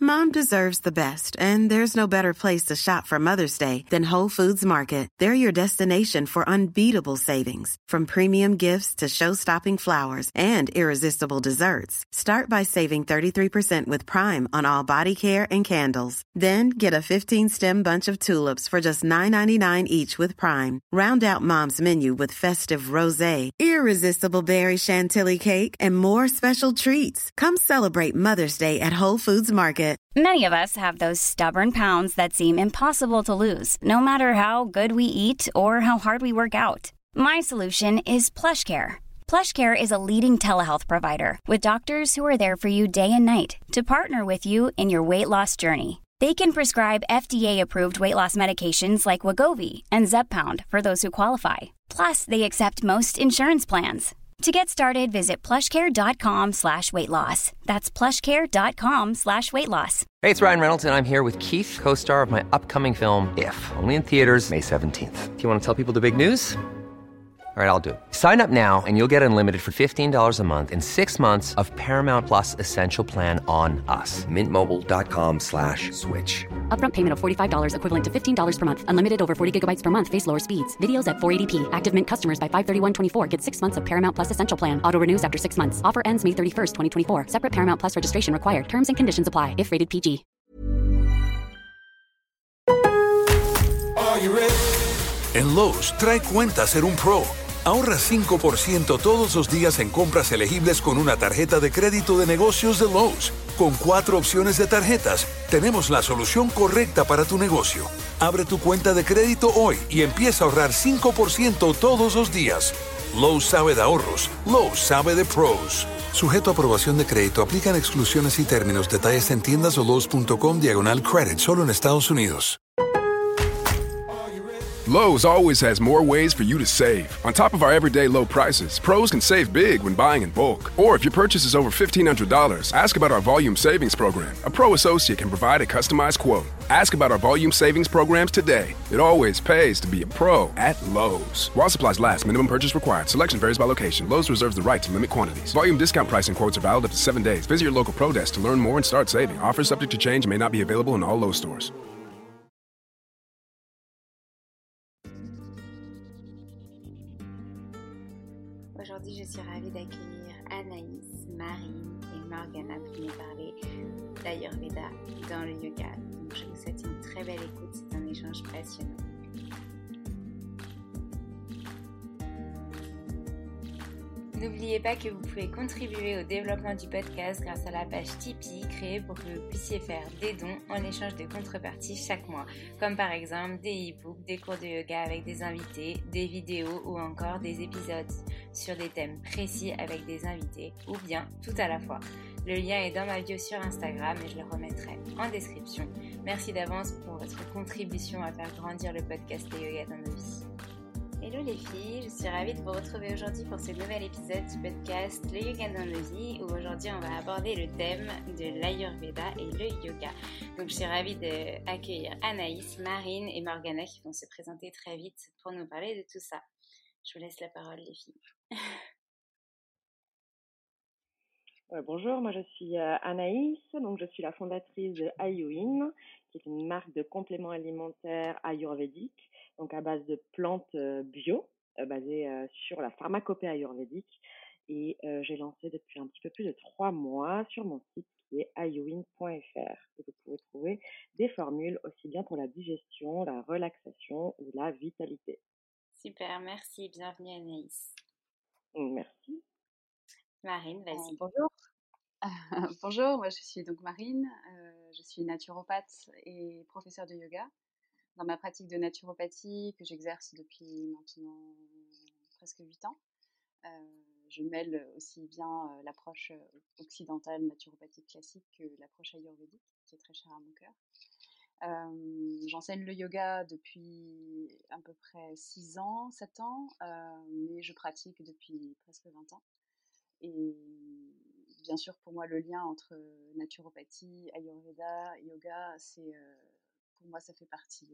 Mom deserves the best, and there's no better place to shop for Mother's Day than Whole Foods Market. They're your destination for unbeatable savings, from premium gifts to show-stopping flowers and irresistible desserts. Start by saving 33% with Prime on all body care and candles. Then get a 15-stem bunch of tulips for just $9.99 each with Prime. Round out Mom's menu with festive rosé, irresistible berry chantilly cake, and more special treats. Come celebrate Mother's Day at Whole Foods Market. Many of us have those stubborn pounds that seem impossible to lose, no matter how good we eat or how hard we work out. My solution is PlushCare. PlushCare is a leading telehealth provider with doctors who are there for you day and night to partner with you in your weight loss journey. They can prescribe FDA-approved weight loss medications like Wegovy and Zepbound for those who qualify. Plus, they accept most insurance plans. To get started, visit plushcare.com/weightloss. That's plushcare.com/weightloss. Hey, it's Ryan Reynolds, and I'm here with Keith, co-star of my upcoming film, If, only in theaters May 17th. Do you want to tell people the big news? All right, I'll do it. Sign up now and you'll get unlimited for $15 a month and 6 months of Paramount Plus Essential Plan on us. MintMobile.com/switch. Upfront payment of $45 equivalent to $15 per month. Unlimited over 40 gigabytes per month. Face lower speeds. Videos at 480p. Active Mint customers by 531.24 get 6 months of Paramount Plus Essential Plan. Auto renews after 6 months. Offer ends May 31st, 2024. Separate Paramount Plus registration required. Terms and conditions apply if rated PG. Are you ready? En Lowe's, trae cuenta ser un pro. Ahorra 5% todos los días en compras elegibles con una tarjeta de crédito de negocios de Lowe's. Con 4 opciones de tarjetas, tenemos la solución correcta para tu negocio. Abre tu cuenta de crédito hoy y empieza a ahorrar 5% todos los días. Lowe's sabe de ahorros. Lowe's sabe de pros. Sujeto a aprobación de crédito, aplican exclusiones y términos. Detalles en tiendas o lowes.com/credit. Solo en Estados Unidos. Lowe's always has more ways for you to save. On top of our everyday low prices, pros can save big when buying in bulk. Or if your purchase is over $1,500, ask about our Volume Savings Program. A pro associate can provide a customized quote. Ask about our Volume Savings Programs today. It always pays to be a pro at Lowe's. While supplies last, minimum purchase required. Selection varies by location. Lowe's reserves the right to limit quantities. Volume discount pricing quotes are valid up to 7 days. Visit your local pro desk to learn more and start saving. Offers subject to change and may not be available in all Lowe's stores. Aujourd'hui, je suis ravie d'accueillir Anaïs, Marine et Morgana pour nous parler d'Ayurveda dans le yoga. Donc, je vous souhaite une très belle écoute, c'est un échange passionnant. N'oubliez pas que vous pouvez contribuer au développement du podcast grâce à la page Tipeee créée pour que vous puissiez faire des dons en échange de contreparties chaque mois, comme par exemple des e-books, des cours de yoga avec des invités, des vidéos ou encore des épisodes sur des thèmes précis avec des invités ou bien tout à la fois. Le lien est dans ma bio sur Instagram et je le remettrai en description. Merci d'avance pour votre contribution à faire grandir le podcast de Yoga dans nos vies. Hello les filles, je suis ravie de vous retrouver aujourd'hui pour ce nouvel épisode du podcast Le Yoga dans nos vies où aujourd'hui on va aborder le thème de l'Ayurveda et le yoga. Donc je suis ravie d'accueillir Anaïs, Marine et Morgana qui vont se présenter très vite pour nous parler de tout ça. Je vous laisse la parole les filles. Bonjour, moi je suis Anaïs, donc je suis la fondatrice de Ayuin, qui est une marque de compléments alimentaires ayurvédiques, donc à base de plantes bio, basées sur la pharmacopée ayurvédique. Et j'ai lancé depuis un petit peu plus de 3 mois sur mon site qui est ayuin.fr. Et vous pouvez trouver des formules aussi bien pour la digestion, la relaxation ou la vitalité. Super, merci, bienvenue Anaïs. Merci. Marine, vas-y. Bonjour. Bonjour, moi je suis donc Marine, je suis naturopathe et professeure de yoga. Dans ma pratique de naturopathie que j'exerce depuis maintenant presque 8 ans, je mêle aussi bien l'approche occidentale naturopathique classique que l'approche ayurvédique qui est très chère à mon cœur. J'enseigne le yoga depuis à peu près 6 ans, 7 ans, mais je pratique depuis presque 20 ans. Et bien sûr, pour moi, le lien entre naturopathie, ayurveda, yoga, pour moi, ça fait partie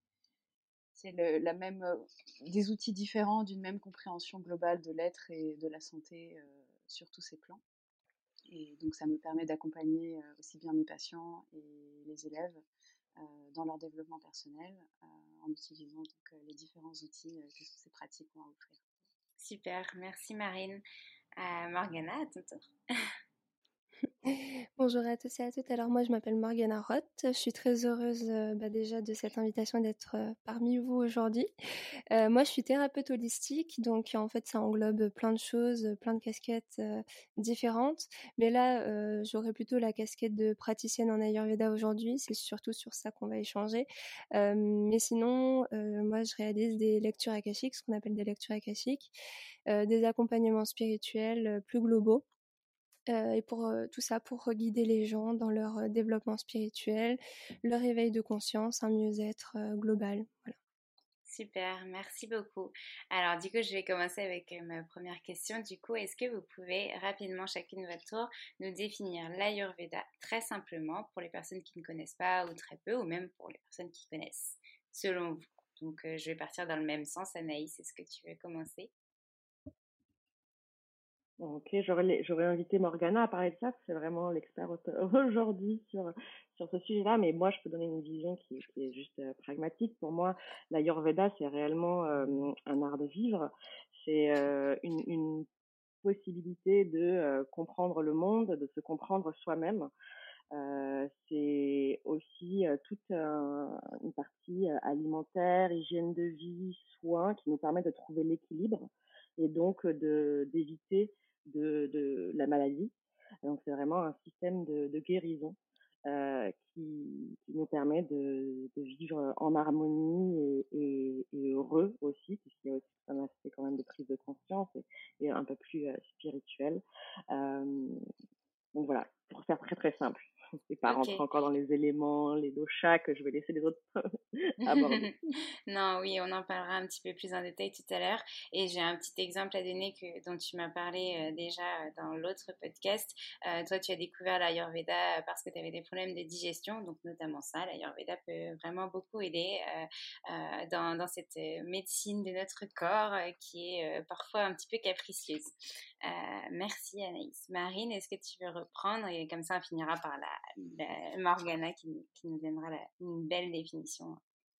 des outils différents d'une même compréhension globale de l'être et de la santé sur tous ces plans. Et donc ça me permet d'accompagner aussi bien mes patients et les élèves dans leur développement personnel en utilisant donc, les différents outils que ces pratiques ont à offrir. Super, merci Marine. Morgana, à ton tour. Bonjour à tous et à toutes. Alors moi je m'appelle Morgana Roth. Je suis très heureuse déjà de cette invitation et d'être parmi vous aujourd'hui. Moi je suis thérapeute holistique, donc en fait ça englobe plein de choses, plein de casquettes différentes. Mais là j'aurais plutôt la casquette de praticienne en Ayurveda aujourd'hui. C'est surtout sur ça qu'on va échanger. Mais sinon moi je réalise des lectures akashiques, ce qu'on appelle des lectures akashiques, des accompagnements spirituels plus globaux. Et pour tout ça, pour guider les gens dans leur développement spirituel, leur éveil de conscience, un mieux-être global. Voilà. Super, merci beaucoup. Alors du coup, je vais commencer avec ma première question. Du coup, est-ce que vous pouvez rapidement, chacune votre tour, nous définir l'Ayurveda très simplement pour les personnes qui ne connaissent pas ou très peu, ou même pour les personnes qui connaissent, selon vous. Donc je vais partir dans le même sens. Anaïs, est-ce que tu veux commencer? Ok, j'aurais invité Morgana à parler de ça, parce que c'est vraiment l'expert aujourd'hui sur ce sujet-là, mais moi je peux donner une vision qui est juste pragmatique. Pour moi, l'Ayurveda, c'est réellement un art de vivre, c'est une possibilité de comprendre le monde, de se comprendre soi-même. C'est aussi toute une partie alimentaire, hygiène de vie, soins qui nous permet de trouver l'équilibre et donc d'éviter de la maladie. Donc c'est vraiment un système de guérison qui nous permet de vivre en harmonie et heureux aussi, puisqu'il y a aussi un aspect quand même de prise de conscience et un peu plus spirituel. Donc voilà, pour faire très très simple, et pas rentrer encore dans les éléments, les doshas, que je vais laisser les autres aborder. Non, oui, on en parlera un petit peu plus en détail tout à l'heure. Et j'ai un petit exemple à donner dont tu m'as parlé déjà dans l'autre podcast. Toi, tu as découvert l'Ayurveda parce que tu avais des problèmes de digestion, donc notamment ça. L'Ayurveda peut vraiment beaucoup aider dans cette médecine de notre corps qui est parfois un petit peu capricieuse. Merci Anaïs. Marine, est-ce que tu veux reprendre, et comme ça on finira par la Morgana qui nous donnera une belle définition.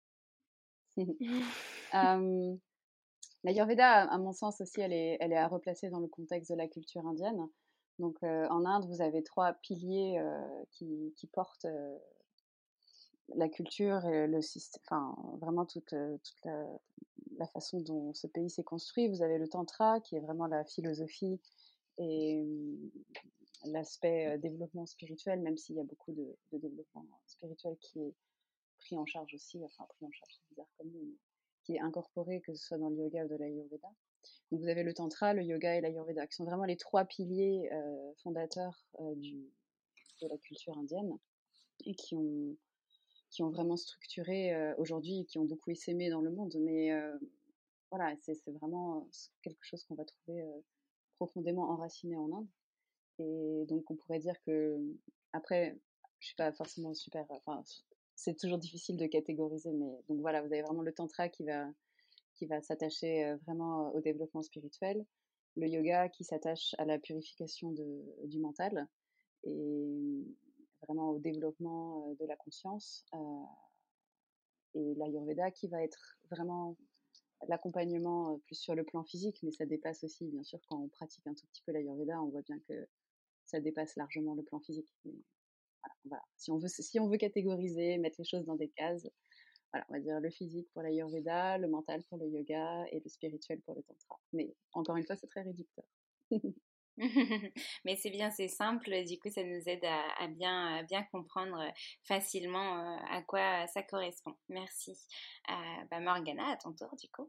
L'Ayurveda, à mon sens aussi, elle est à replacer dans le contexte de la culture indienne. Donc en Inde, vous avez 3 piliers qui portent la culture et le système, enfin vraiment toute la façon dont ce pays s'est construit. Vous avez le tantra qui est vraiment la philosophie et l'aspect développement spirituel, même s'il y a beaucoup de développement spirituel qui est pris en charge aussi, enfin pris en charge c'est bizarre comme mot, mais qui est incorporé, que ce soit dans le yoga ou de l'Ayurveda. Donc vous avez le tantra, le yoga et l'Ayurveda, qui sont vraiment les 3 piliers fondateurs de la culture indienne et qui ont vraiment structuré aujourd'hui et qui ont beaucoup essaimé dans le monde. Mais voilà, c'est vraiment quelque chose qu'on va trouver profondément enraciné en Inde. Et donc on pourrait dire que, après, je suis pas forcément super, enfin c'est toujours difficile de catégoriser, mais donc voilà, vous avez vraiment le tantra qui va s'attacher vraiment au développement spirituel, le yoga qui s'attache à la purification du mental et vraiment au développement de la conscience, et l'Ayurveda qui va être vraiment l'accompagnement plus sur le plan physique, mais ça dépasse aussi, bien sûr, quand on pratique un tout petit peu l'Ayurveda, on voit bien que ça dépasse largement le plan physique. Mais voilà. Si on veut catégoriser, mettre les choses dans des cases, voilà, on va dire le physique pour l'Ayurveda, le mental pour le yoga et le spirituel pour le tantra. Mais encore une fois, c'est très réducteur. Mais c'est bien, c'est simple, du coup ça nous aide à bien comprendre facilement à quoi ça correspond. Merci. Morgana, à ton tour du coup.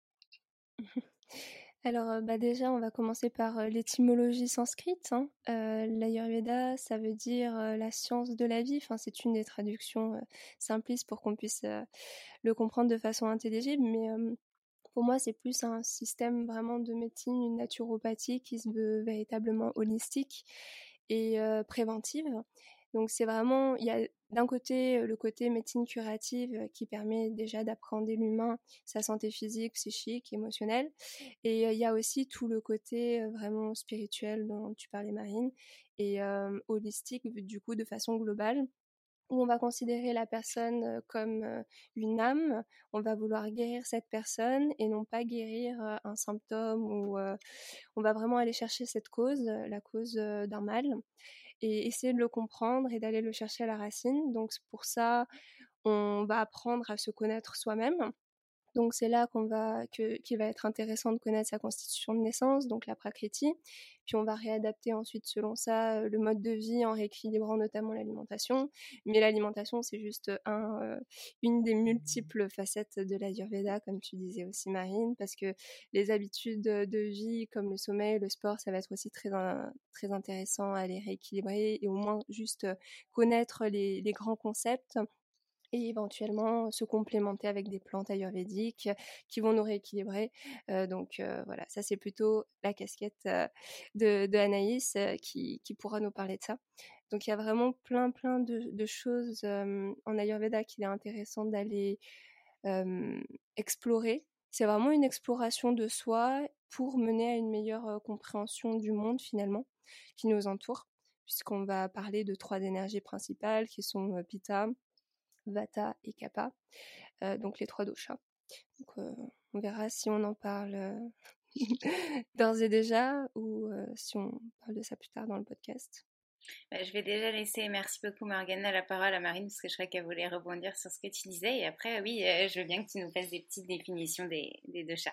Alors déjà on va commencer par l'étymologie sanskrite. L'Ayurveda, ça veut dire la science de la vie. Enfin, c'est une des traductions simplistes pour qu'on puisse le comprendre de façon intelligible, mais pour moi, c'est plus un système vraiment de médecine, une naturopathie qui se veut véritablement holistique et préventive. Donc c'est vraiment, il y a d'un côté le côté médecine curative qui permet déjà d'appréhender l'humain, sa santé physique, psychique, émotionnelle. Et il y a aussi tout le côté vraiment spirituel dont tu parlais, Marine, et holistique, du coup, de façon globale, où on va considérer la personne comme une âme, on va vouloir guérir cette personne et non pas guérir un symptôme, ou on va vraiment aller chercher cette cause, la cause d'un mal, et essayer de le comprendre et d'aller le chercher à la racine. Donc pour ça, on va apprendre à se connaître soi-même. Donc c'est là qu'il va être intéressant de connaître sa constitution de naissance, donc la prakriti. Puis on va réadapter ensuite selon ça le mode de vie en rééquilibrant notamment l'alimentation. Mais l'alimentation, c'est juste une des multiples facettes de l'Ayurveda, comme tu disais aussi, Marine, parce que les habitudes de vie comme le sommeil, le sport, ça va être aussi très, très intéressant à les rééquilibrer et au moins juste connaître les grands concepts, et éventuellement se complémenter avec des plantes ayurvédiques qui vont nous rééquilibrer. Donc voilà, ça c'est plutôt la casquette de Anaïs qui pourra nous parler de ça. Donc il y a vraiment plein de choses en Ayurveda qu'il est intéressant d'aller explorer. C'est vraiment une exploration de soi pour mener à une meilleure compréhension du monde finalement qui nous entoure, puisqu'on va parler de 3 énergies principales qui sont Pitta, Vata et Kapha, donc les 3 doshas. Donc on verra si on en parle d'ores et déjà, ou si on parle de ça plus tard dans le podcast. Je vais déjà laisser, merci beaucoup Morgana, la parole à Marine, parce que je crois qu'elle voulait rebondir sur ce que tu disais, et après oui, je veux bien que tu nous fasses des petites définitions des doshas.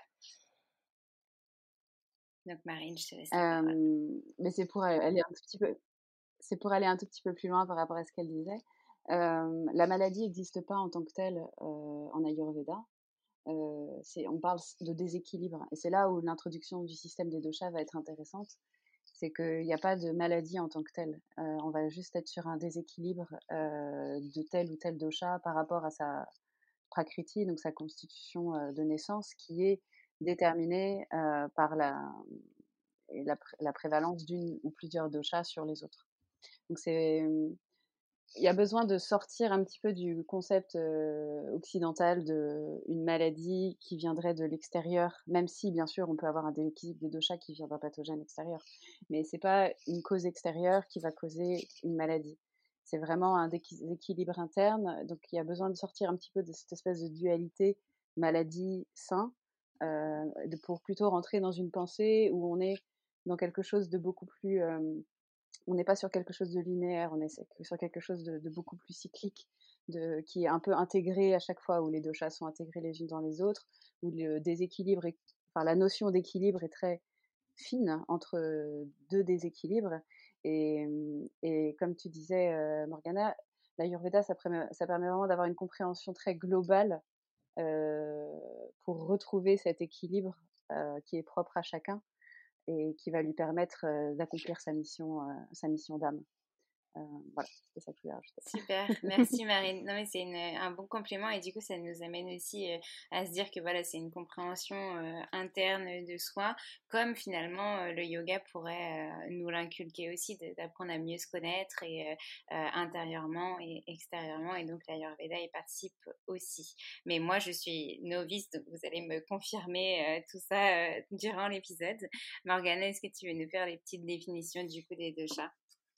Donc Marine, je te laisse la parole. Mais c'est pour aller un tout petit peu plus loin par rapport à ce qu'elle disait. La maladie n'existe pas en tant que telle en Ayurveda. On parle de déséquilibre, et c'est là où l'introduction du système des doshas va être intéressante. C'est qu'il n'y a pas de maladie en tant que telle. On va juste être sur un déséquilibre de tel ou tel dosha par rapport à sa prakriti, donc sa constitution de naissance, qui est déterminée par la prévalence d'une ou plusieurs doshas sur les autres. Donc il y a besoin de sortir un petit peu du concept occidental d'une maladie qui viendrait de l'extérieur, même si, bien sûr, on peut avoir un déséquilibre des doshas qui vient d'un pathogène extérieur. Mais ce n'est pas une cause extérieure qui va causer une maladie. C'est vraiment un déséquilibre interne. Donc, il y a besoin de sortir un petit peu de cette espèce de dualité maladie-sain pour plutôt rentrer dans une pensée où on est dans quelque chose de beaucoup plus... on n'est pas sur quelque chose de linéaire, on est sur quelque chose de beaucoup plus cyclique, qui est un peu intégré à chaque fois, où les doshas sont intégrés les unes dans les autres, où le déséquilibre, la notion d'équilibre est très fine entre 2 déséquilibres. Et comme tu disais, Morgana, l'Ayurveda, ça permet vraiment d'avoir une compréhension très globale pour retrouver cet équilibre qui est propre à chacun, et qui va lui permettre d'accomplir sa mission d'âme. Voilà, c'est ça que je voulais rajouter. Super, merci Marine. Non mais c'est un bon complément, et du coup ça nous amène aussi à se dire que voilà, c'est une compréhension interne de soi, comme finalement le yoga pourrait nous l'inculquer aussi, d'apprendre à mieux se connaître, et intérieurement et extérieurement, et donc l'Ayurveda y participe aussi. Mais moi je suis novice, donc vous allez me confirmer tout ça durant l'épisode. Morgana, est-ce que tu veux nous faire les petites définitions du coup des doshas?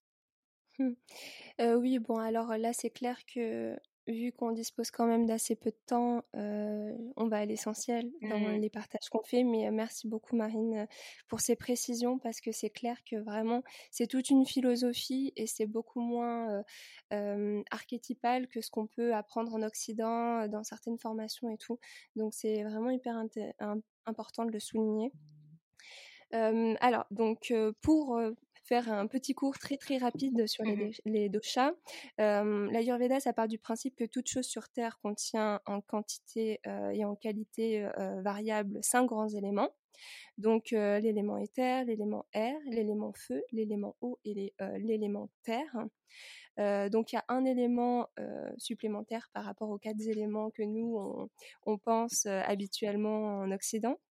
Oui, bon, alors là, c'est clair que vu qu'on dispose quand même d'assez peu de temps, on va à l'essentiel dans les partages qu'on fait. Mais merci beaucoup, Marine, pour ces précisions, parce que c'est clair que vraiment, c'est toute une philosophie, et c'est beaucoup moins archétypal que ce qu'on peut apprendre en Occident, dans certaines formations et tout. Donc, c'est vraiment hyper important de le souligner. Alors, donc, pour faire un petit cours très très rapide sur les doshas, l'Ayurveda, ça part du principe que toute chose sur Terre contient en quantité et en qualité variable 5 grands éléments. Donc l'élément éther, l'élément air, l'élément feu, l'élément eau et l'élément terre. Donc il y a un élément supplémentaire par rapport aux 4 éléments que nous on pense habituellement en Occident,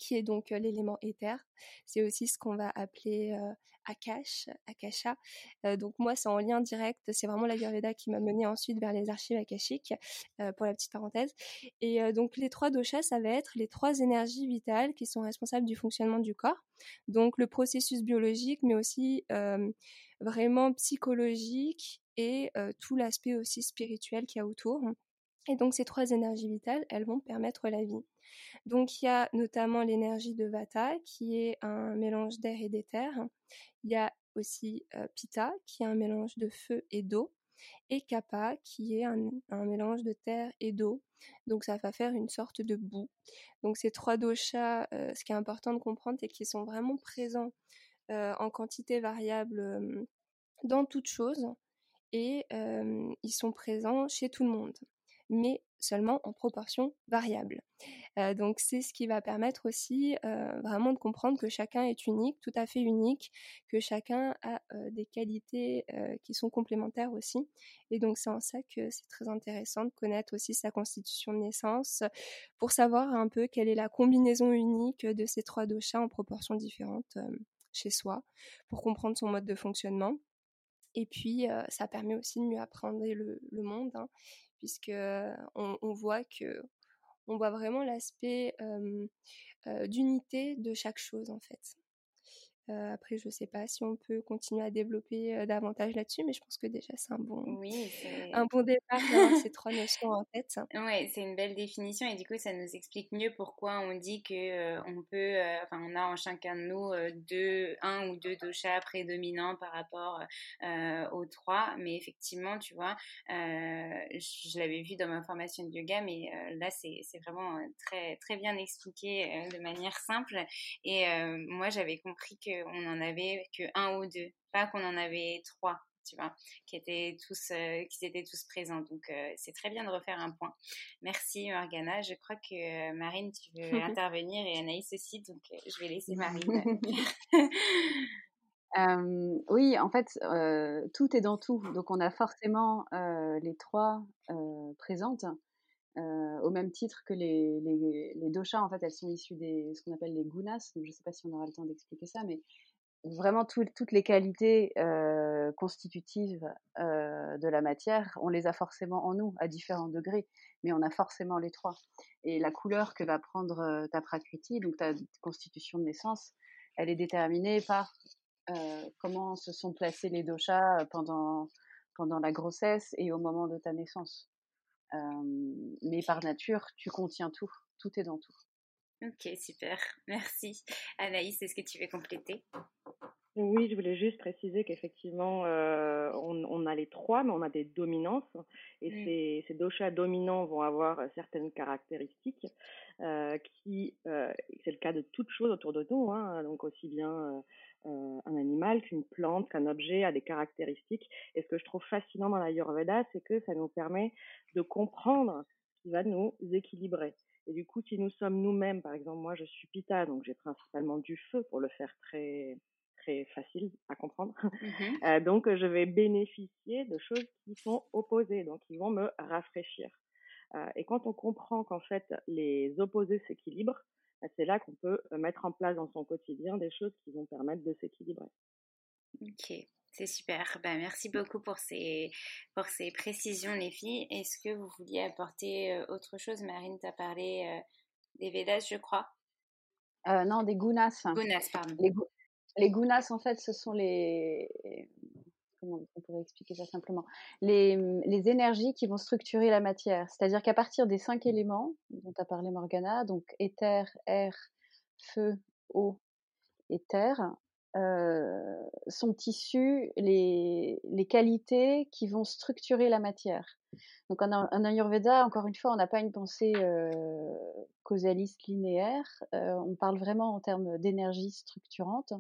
qui est donc l'élément éther. C'est aussi ce qu'on va appeler Akasha. Donc moi, c'est en lien direct. C'est vraiment l'Ayurveda qui m'a menée ensuite vers les archives akashiques, pour la petite parenthèse. Et donc les 3 doshas, ça va être les 3 énergies vitales qui sont responsables du fonctionnement du corps. Donc le processus biologique, mais aussi vraiment psychologique et tout l'aspect aussi spirituel qu'il y a autour. Et donc ces 3 énergies vitales, elles vont permettre la vie. Donc il y a notamment l'énergie de Vata, qui est un mélange d'air et d'éther. Il y a aussi Pitta, qui est un mélange de feu et d'eau. Et Kapha, qui est un mélange de terre et d'eau. Donc ça va faire une sorte de boue. Donc ces 3 doshas, ce qui est important de comprendre, c'est qu'ils sont vraiment présents en quantité variable dans toute chose. Et ils sont présents chez tout le monde, mais seulement en proportion variable. Donc c'est ce qui va permettre aussi vraiment de comprendre que chacun est unique, tout à fait unique, que chacun a des qualités qui sont complémentaires aussi. Et donc c'est en ça que c'est très intéressant de connaître aussi sa constitution de naissance pour savoir un peu quelle est la combinaison unique de ces 3 doshas en proportions différentes chez soi, pour comprendre son mode de fonctionnement. Et puis, ça permet aussi de mieux appréhender le monde, hein, puisque on voit vraiment l'aspect d'unité de chaque chose, en fait. Après, je ne sais pas si on peut continuer à développer davantage là-dessus, mais je pense que déjà, c'est un bon départ d'avoir ces 3 notions en tête. Ouais, c'est une belle définition et du coup, ça nous explique mieux pourquoi on dit que on peut, on a en chacun de nous un ou deux doshas prédominants par rapport aux 3. Mais effectivement, tu vois, je l'avais vu dans ma formation de yoga, mais là, c'est vraiment très, très bien expliqué de manière simple. Et moi, j'avais compris qu'on n'en avait que 1 ou 2, pas qu'on en avait 3. Tu vois, qui étaient tous présents. Donc, c'est très bien de refaire un point. Merci, Morgana. Je crois que Marine, tu veux intervenir et Anaïs aussi. Donc, je vais laisser Marine. Oui, en fait, tout est dans tout. Donc, on a forcément les 3 présentes. Au même titre que les doshas, en fait, elles sont issues ce qu'on appelle les gunas. Donc, je ne sais pas si on aura le temps d'expliquer ça, mais vraiment toutes les qualités constitutives de la matière, on les a forcément en nous à différents degrés, mais on a forcément les 3. Et la couleur que va prendre ta prakriti, donc ta constitution de naissance, elle est déterminée par comment se sont placés les doshas pendant la grossesse et au moment de ta naissance. Mais par nature, tu contiens tout est dans tout. Ok, super, merci. Anaïs, est-ce que tu veux compléter ? Oui, je voulais juste préciser qu'effectivement, on a les 3, mais on a des dominances. Et ces doshas dominants vont avoir certaines caractéristiques qui, c'est le cas de toute chose autour de nous, hein, donc aussi bien un animal qu'une plante, qu'un objet a des caractéristiques. Et ce que je trouve fascinant dans l'Ayurveda, c'est que ça nous permet de comprendre ce qui va nous équilibrer. Et du coup, si nous sommes nous-mêmes, par exemple, moi je suis Pitta, donc j'ai principalement du feu pour le faire très facile à comprendre. Donc, je vais bénéficier de choses qui sont opposées, donc qui vont me rafraîchir. Et quand on comprend qu'en fait, les opposés s'équilibrent, c'est là qu'on peut mettre en place dans son quotidien des choses qui vont permettre de s'équilibrer. Ok, c'est super. Merci beaucoup pour ces précisions, les filles. Est-ce que vous vouliez apporter autre chose ? Marine, tu as parlé des Védas, je crois. Non, des gunas. Gunas, pardon. Les gunas, en fait, ce sont comment on pourrait expliquer ça simplement, les énergies qui vont structurer la matière. C'est-à-dire qu'à partir des 5 éléments dont a parlé Morgana, donc éther, air, feu, eau et terre, sont issues les qualités qui vont structurer la matière. Donc en Ayurveda, encore une fois, on n'a pas une pensée causaliste linéaire, on parle vraiment en termes d'énergie structurante.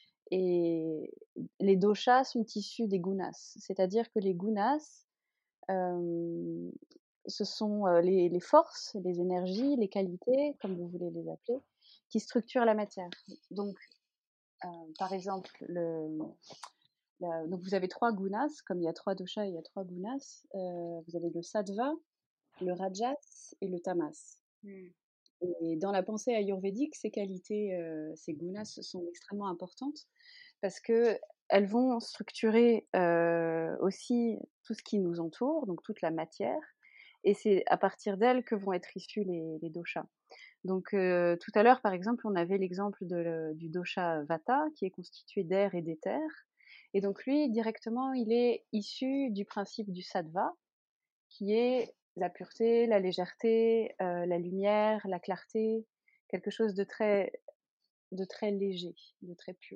Et les doshas sont issus des gunas, c'est-à-dire que les gunas, ce sont les forces, les énergies, les qualités, comme vous voulez les appeler, qui structurent la matière. Donc, par exemple, donc vous avez 3 gunas, comme il y a 3 doshas, il y a 3 gunas. Vous avez le sattva, le rajas et le tamas. Et dans la pensée ayurvédique, ces qualités, ces gunas sont extrêmement importantes parce qu'elles vont structurer aussi tout ce qui nous entoure, donc toute la matière, et c'est à partir d'elles que vont être issus les doshas. Donc tout à l'heure, par exemple, on avait l'exemple du dosha Vata, qui est constitué d'air et d'éther. Et donc lui, directement, il est issu du principe du sattva, qui est la pureté, la légèreté, la lumière, la clarté, quelque chose de très léger, de très pur.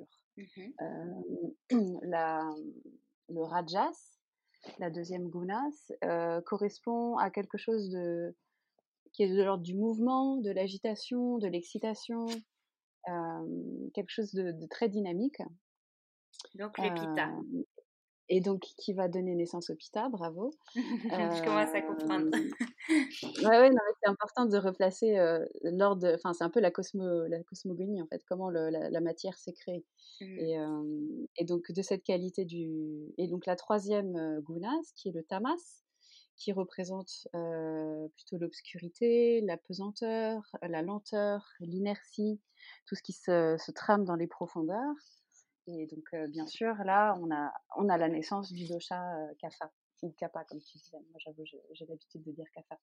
Le rajas, la deuxième gunas, correspond à quelque chose qui est de l'ordre du mouvement, de l'agitation, de l'excitation, quelque chose de très dynamique. Donc le pitta. Et donc qui va donner naissance au pitta, bravo. Je commence à comprendre. Ouais, non, mais c'est important de replacer l'ordre, enfin c'est un peu la cosmogonie en fait, comment la matière s'est créée. Et donc de cette qualité et donc la troisième gunas, qui est le tamas, qui représente plutôt l'obscurité, la pesanteur, la lenteur, l'inertie, tout ce qui se trame dans les profondeurs. Et donc, bien sûr, là, on a la naissance du dosha kapha, ou kapha, comme tu disais. Moi, j'avoue, j'ai l'habitude de dire kapha.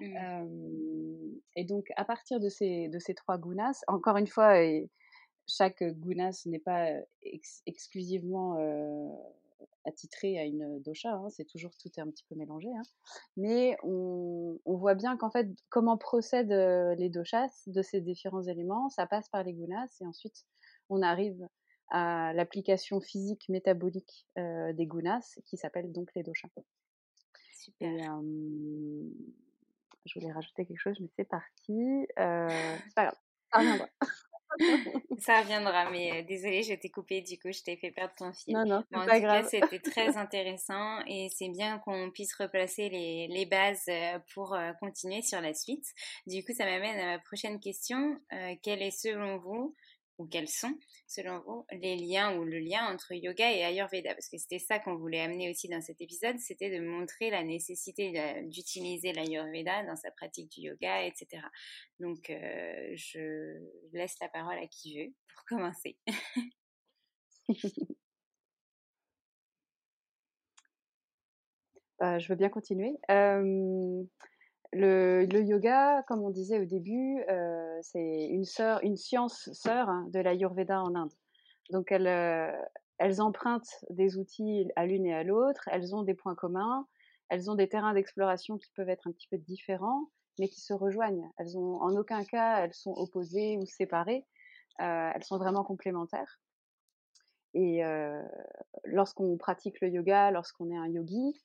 Et donc, à partir de ces trois gunas, encore une fois, chaque gunas n'est pas exclusivement attitré à une dosha, hein, c'est toujours, tout est un petit peu mélangé, hein. Mais on voit bien qu'en fait, comment procèdent les doshas de ces différents éléments, ça passe par les gunas, et ensuite, on arrive à l'application physique métabolique des gunas, qui s'appelle donc les doshas. Super. Et, je voulais rajouter quelque chose, mais c'est parti. C'est pas grave, ça reviendra. Ça reviendra, mais désolée, je t'ai coupé, du coup, je t'ai fait perdre ton fil. Non, c'est en pas tout grave. cas, c'était très intéressant et c'est bien qu'on puisse replacer les bases pour continuer sur la suite. Du coup, ça m'amène à ma prochaine question. Quel est selon vous, ou quels sont, selon vous, les liens ou le lien entre yoga et Ayurveda? Parce que c'était ça qu'on voulait amener aussi dans cet épisode, c'était de montrer la nécessité d'utiliser l'Ayurveda dans sa pratique du yoga, etc. Donc, je laisse la parole à qui veut pour commencer. Je veux bien continuer. Le yoga, comme on disait au début, c'est une science sœur, hein, de l'Ayurveda en Inde. Donc elles empruntent des outils à l'une et à l'autre, elles ont des points communs, elles ont des terrains d'exploration qui peuvent être un petit peu différents, mais qui se rejoignent. En aucun cas, elles sont opposées ou séparées, elles sont vraiment complémentaires. Et lorsqu'on pratique le yoga, lorsqu'on est un yogi,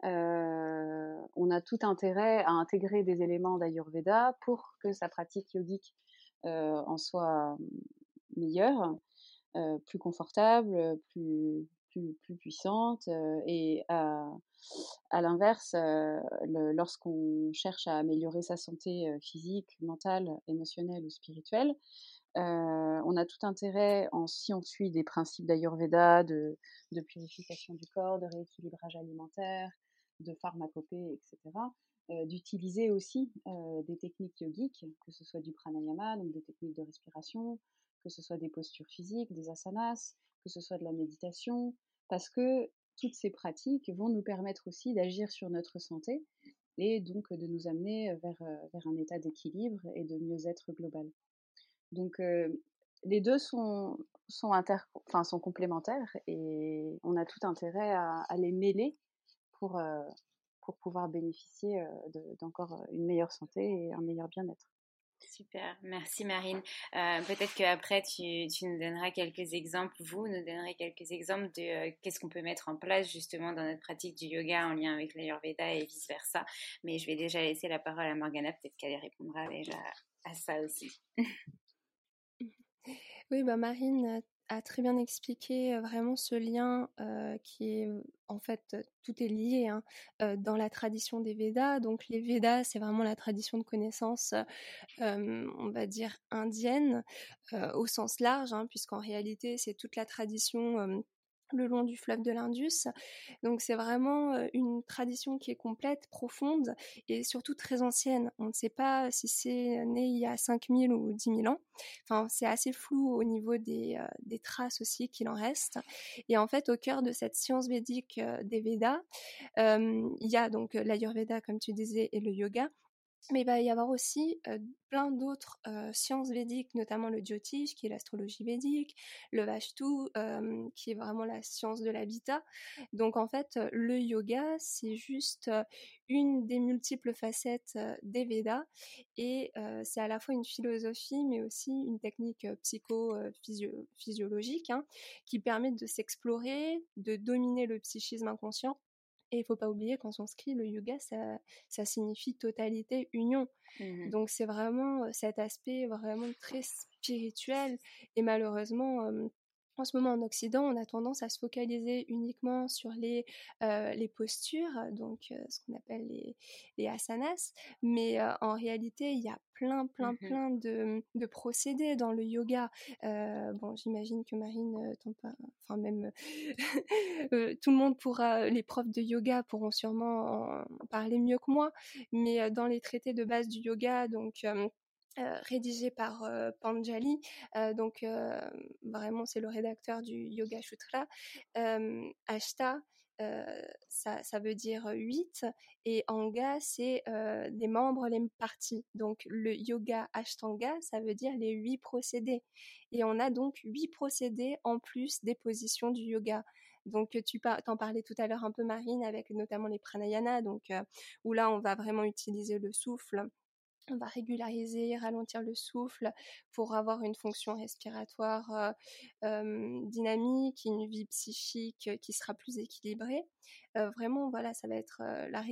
on a tout intérêt à intégrer des éléments d'Ayurveda pour que sa pratique yogique en soit meilleure, plus confortable, plus puissante. Et à l'inverse, lorsqu'on cherche à améliorer sa santé physique, mentale, émotionnelle ou spirituelle, on a tout intérêt, si on suit des principes d'Ayurveda, de purification du corps, de rééquilibrage alimentaire, de pharmacopée, etc., d'utiliser aussi des techniques yogiques, que ce soit du pranayama, donc des techniques de respiration, que ce soit des postures physiques, des asanas, que ce soit de la méditation, parce que toutes ces pratiques vont nous permettre aussi d'agir sur notre santé et donc de nous amener vers un état d'équilibre et de mieux-être global. Donc les deux sont complémentaires et on a tout intérêt à les mêler pour pouvoir bénéficier d'encore une meilleure santé et un meilleur bien-être. Super, merci Marine. Peut-être qu'après tu nous donneras quelques exemples, vous nous donnerez quelques exemples de qu'est-ce qu'on peut mettre en place justement dans notre pratique du yoga en lien avec l'Ayurveda et vice-versa. Mais je vais déjà laisser la parole à Morgana, peut-être qu'elle répondra déjà à ça aussi. Oui, Marine a très bien expliqué vraiment ce lien qui est, en fait, tout est lié, hein, dans la tradition des Védas. Donc les Védas, c'est vraiment la tradition de connaissance, on va dire, indienne, au sens large, hein, puisqu'en réalité, c'est toute la tradition le long du fleuve de l'Indus. Donc c'est vraiment une tradition qui est complète, profonde et surtout très ancienne. On ne sait pas si c'est né il y a 5000 ou 10 000 ans. Enfin, c'est assez flou au niveau des traces aussi qu'il en reste. Et en fait, au cœur de cette science védique des Védas, il y a donc l'Ayurveda, comme tu disais, et le yoga. Mais il va y avoir aussi plein d'autres sciences védiques, notamment le Jyotish, qui est l'astrologie védique, le Vashtu, qui est vraiment la science de l'habitat. Donc en fait, le yoga, c'est juste une des multiples facettes des Védas, et c'est à la fois une philosophie, mais aussi une technique psychophysiologique qui permet de s'explorer, de dominer le psychisme inconscient. Et il ne faut pas oublier qu'en sanskrit, le yoga, ça signifie totalité, union. Donc c'est vraiment cet aspect vraiment très spirituel. Et malheureusement, en ce moment en Occident, on a tendance à se focaliser uniquement sur les postures, donc ce qu'on appelle les asanas. Mais en réalité, il y a plein de procédés dans le yoga. Bon, j'imagine que Marine, enfin même tout le monde les profs de yoga pourront sûrement en parler mieux que moi, mais dans les traités de base du yoga, donc rédigé par Panjali, donc vraiment c'est le rédacteur du Yoga Sutra. Ashta, ça veut dire 8, et Anga, c'est les membres, les parties. Donc le yoga Ashtanga, ça veut dire les 8 procédés. Et on a donc 8 procédés en plus des positions du yoga. Donc t'en parlais tout à l'heure un peu, Marine, avec notamment les pranayana, donc où là on va vraiment utiliser le souffle. On va régulariser, ralentir le souffle pour avoir une fonction respiratoire dynamique, une vie psychique qui sera plus équilibrée. Vraiment, voilà, ça va être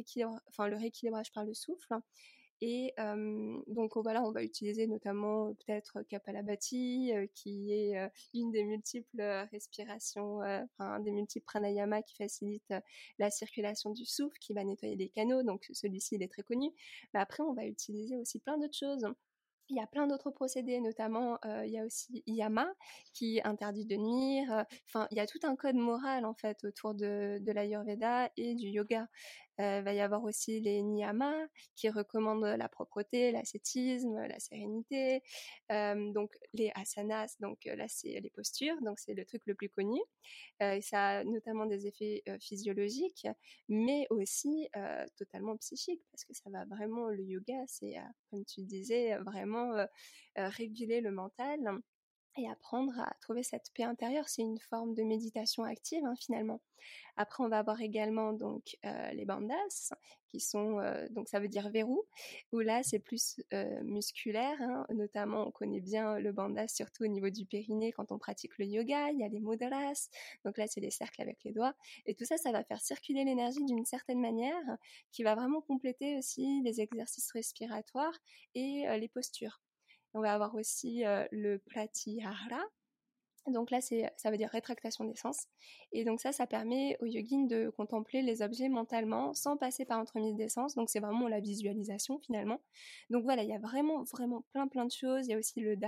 le rééquilibrage par le souffle. Et donc voilà, on va utiliser notamment peut-être Kapalabhati, qui est une des multiples respirations, des multiples pranayama qui facilitent la circulation du souffle, qui va nettoyer les canaux. Donc celui-ci, il est très connu. Mais après, on va utiliser aussi plein d'autres choses. Il y a plein d'autres procédés, notamment il y a aussi Yama qui interdit de nuire. Enfin, il y a tout un code moral en fait autour de l'Ayurveda et du yoga. Il va y avoir aussi les Niyamas qui recommandent la propreté, l'ascétisme, la sérénité. Donc les asanas, donc là c'est les postures, donc c'est le truc le plus connu. Ça a notamment des effets physiologiques, mais aussi totalement psychiques, parce que ça va vraiment, le yoga, c'est, comme tu disais, vraiment réguler le mental et apprendre à trouver cette paix intérieure. C'est une forme de méditation active, finalement. Après, on va avoir également donc les bandhas, qui sont donc ça veut dire verrou, où là c'est plus musculaire, notamment on connaît bien le bandhas surtout au niveau du périnée quand on pratique le yoga. Il y a les mudras, donc là c'est des cercles avec les doigts, et tout ça, ça va faire circuler l'énergie d'une certaine manière, qui va vraiment compléter aussi les exercices respiratoires et les postures. On va avoir aussi le pratyahara. Donc là, ça veut dire rétractation des sens. Et donc ça permet aux yogins de contempler les objets mentalement sans passer par l'entremise des sens. Donc c'est vraiment la visualisation finalement. Donc voilà, il y a vraiment, vraiment plein de choses. Il y a aussi le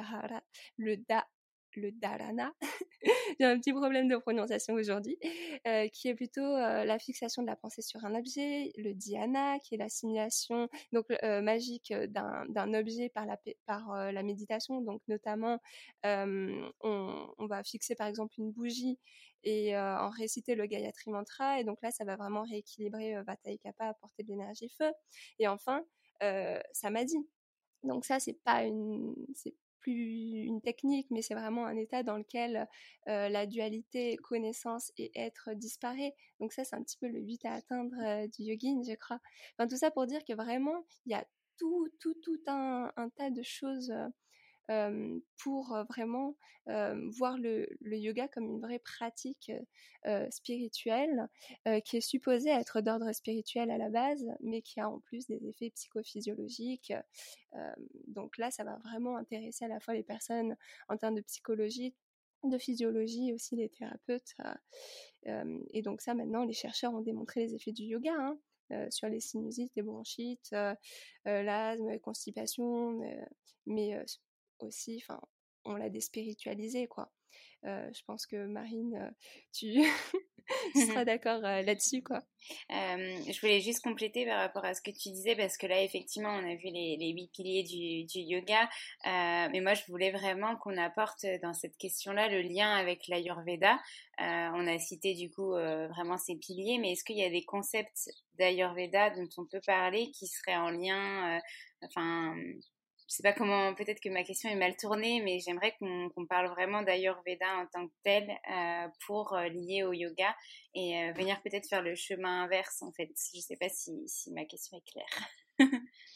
dharana, j'ai un petit problème de prononciation aujourd'hui, qui est plutôt la fixation de la pensée sur un objet, le dhyana, qui est l'assimilation donc magique d'un objet par la méditation. Donc notamment, on va fixer par exemple une bougie et en réciter le Gayatri Mantra, et donc là ça va vraiment rééquilibrer Vata et Kapha, apporter de l'énergie feu. Et enfin, Samadhi. Donc ça, c'est plus une technique, mais c'est vraiment un état dans lequel la dualité connaissance et être disparaît. Donc ça, c'est un petit peu le but à atteindre du yogin, je crois. Enfin, tout ça pour dire que vraiment, il y a tout un tas de choses pour vraiment voir le yoga comme une vraie pratique spirituelle qui est supposée être d'ordre spirituel à la base, mais qui a en plus des effets psychophysiologiques. Donc là, ça va vraiment intéresser à la fois les personnes en termes de psychologie, de physiologie, aussi les thérapeutes. Et donc ça, maintenant, les chercheurs ont démontré les effets du yoga sur les sinusites, les bronchites, l'asthme, la constipation, mais aussi, on l'a déspiritualisé, quoi. Je pense que Marine, tu tu seras d'accord là-dessus, quoi. Je voulais juste compléter par rapport à ce que tu disais, parce que là, effectivement, on a vu les 8 piliers du yoga, mais moi, je voulais vraiment qu'on apporte dans cette question-là le lien avec l'Ayurveda. On a cité du coup vraiment ces piliers, mais est-ce qu'il y a des concepts d'Ayurveda dont on peut parler qui seraient en lien, enfin... Je sais pas comment, peut-être que ma question est mal tournée, mais j'aimerais qu'on parle vraiment d'Ayurveda en tant que tel pour lier au yoga et venir peut-être faire le chemin inverse en fait. Je sais pas si ma question est claire.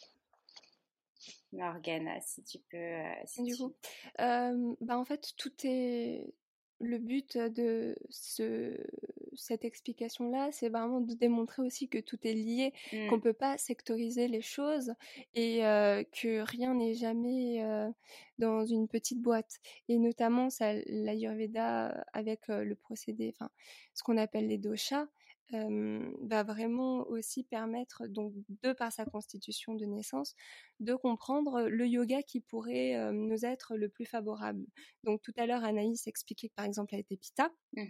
Morgana, si tu peux... Du coup, en fait, tout est... Le but de cette explication-là, c'est vraiment de démontrer aussi que tout est lié, qu'on peut pas sectoriser les choses et que rien n'est jamais dans une petite boîte. Et notamment, l'Ayurveda avec le procédé, enfin, ce qu'on appelle les doshas, va vraiment aussi permettre, donc de par sa constitution de naissance, de comprendre le yoga qui pourrait nous être le plus favorable. Donc tout à l'heure, Anaïs expliquait que par exemple avec les pitta,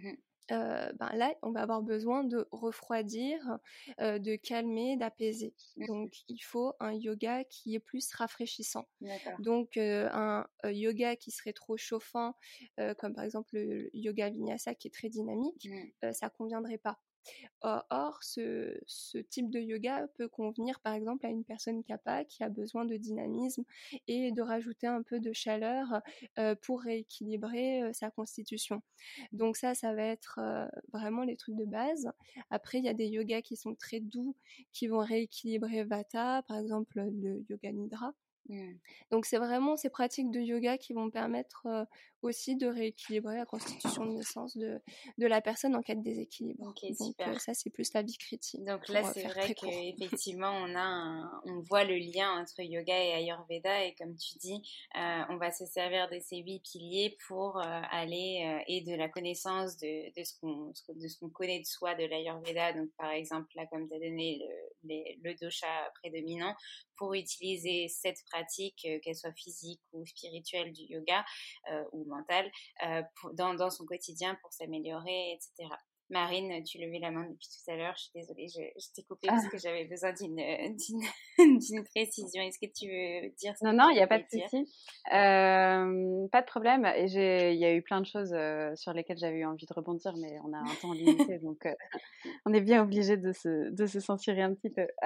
là, on va avoir besoin de refroidir, de calmer, d'apaiser. Donc il faut un yoga qui est plus rafraîchissant. Donc un yoga qui serait trop chauffant, comme par exemple le yoga vinyasa qui est très dynamique, ça conviendrait pas. Or, ce type de yoga peut convenir par exemple à une personne kapha qui a besoin de dynamisme et de rajouter un peu de chaleur pour rééquilibrer sa constitution. Donc ça va être vraiment les trucs de base. Après, il y a des yogas qui sont très doux, qui vont rééquilibrer Vata, par exemple le yoga Nidra. Donc c'est vraiment ces pratiques de yoga qui vont permettre aussi de rééquilibrer la constitution de naissance de la personne en cas de déséquilibre. Okay, donc ça c'est plus la Vikriti. Donc là c'est vrai qu'effectivement on voit le lien entre yoga et Ayurveda, et comme tu dis, on va se servir de ces 8 piliers pour aller et de la connaissance de ce qu'on connaît de soi de l'Ayurveda. Donc par exemple là, comme tu as donné le dosha prédominant, pour utiliser cette pratique, qu'elle soit physique ou spirituelle du yoga ou mentale, dans son quotidien pour s'améliorer, etc. Marine, tu levais la main depuis tout à l'heure. Je suis désolée, je t'ai coupée parce que j'avais besoin d'une précision. Est-ce que tu veux dire ça? Non, il n'y a pas de souci. Pas de problème. Il y a eu plein de choses sur lesquelles j'avais eu envie de rebondir, mais on a un temps limité, donc on est bien obligé de se censurer un petit peu.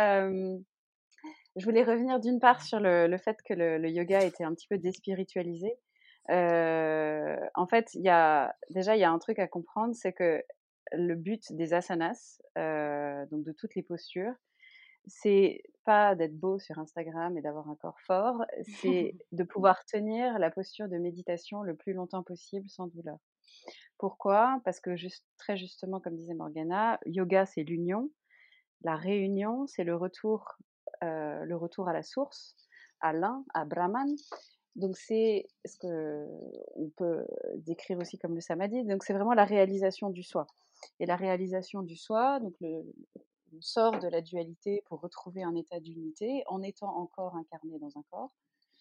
Je voulais revenir d'une part sur le fait que le yoga était un petit peu déspiritualisé. En fait, il y a un truc à comprendre, c'est que le but des asanas, donc de toutes les postures, c'est pas d'être beau sur Instagram et d'avoir un corps fort, c'est de pouvoir tenir la posture de méditation le plus longtemps possible sans douleur. Pourquoi ? Parce que très justement, comme disait Morgana, yoga c'est l'union, la réunion c'est le retour à la source, à l'un, à Brahman. Donc c'est ce que on peut décrire aussi comme le samadhi. Donc c'est vraiment la réalisation du soi. Et la réalisation du soi, donc on sort de la dualité pour retrouver un état d'unité en étant encore incarné dans un corps,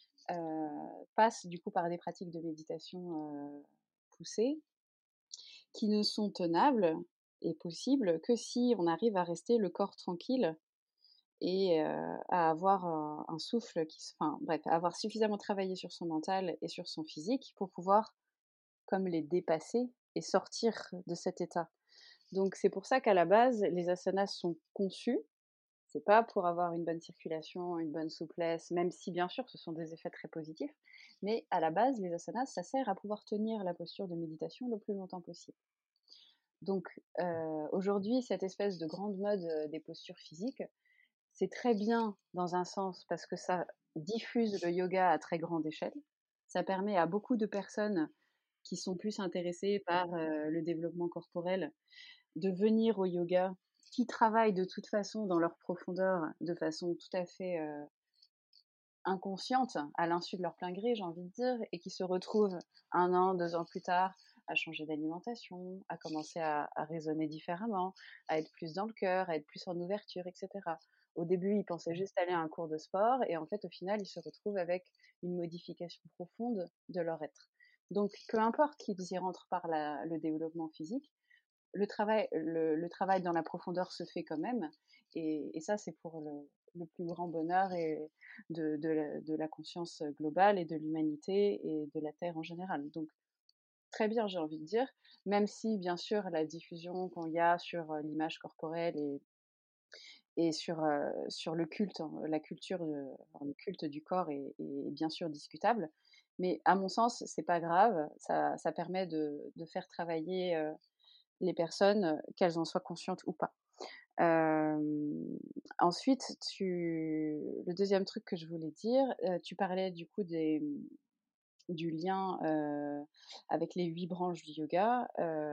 passe du coup par des pratiques de méditation poussées qui ne sont tenables et possibles que si on arrive à rester le corps tranquille et à avoir un souffle à avoir suffisamment travaillé sur son mental et sur son physique pour pouvoir comme les dépasser et sortir de cet état. Donc c'est pour ça qu'à la base, les asanas sont conçus. C'est pas pour avoir une bonne circulation, une bonne souplesse, même si bien sûr ce sont des effets très positifs, mais à la base, les asanas, ça sert à pouvoir tenir la posture de méditation le plus longtemps possible. Donc aujourd'hui, cette espèce de grande mode des postures physiques, c'est très bien dans un sens parce que ça diffuse le yoga à très grande échelle. Ça permet à beaucoup de personnes qui sont plus intéressées par le développement corporel de venir au yoga, qui travaillent de toute façon dans leur profondeur de façon tout à fait inconsciente, à l'insu de leur plein gré, j'ai envie de dire, et qui se retrouvent 1 an, 2 ans plus tard à changer d'alimentation, à commencer à raisonner différemment, à être plus dans le cœur, à être plus en ouverture, etc. Au début, ils pensaient juste aller à un cours de sport, et en fait, au final, ils se retrouvent avec une modification profonde de leur être. Donc, peu importe qu'ils y rentrent par le développement physique, le travail dans la profondeur se fait quand même. Et ça, c'est pour le plus grand bonheur et de la conscience globale et de l'humanité et de la Terre en général. Donc, très bien, j'ai envie de dire, même si, bien sûr, la diffusion qu'il y a sur l'image corporelle et sur le culte, le culte du corps est bien sûr discutable. Mais à mon sens, c'est pas grave. Ça permet de faire travailler les personnes, qu'elles en soient conscientes ou pas. Ensuite, le deuxième truc que je voulais dire, tu parlais du coup du lien avec les 8 branches du yoga.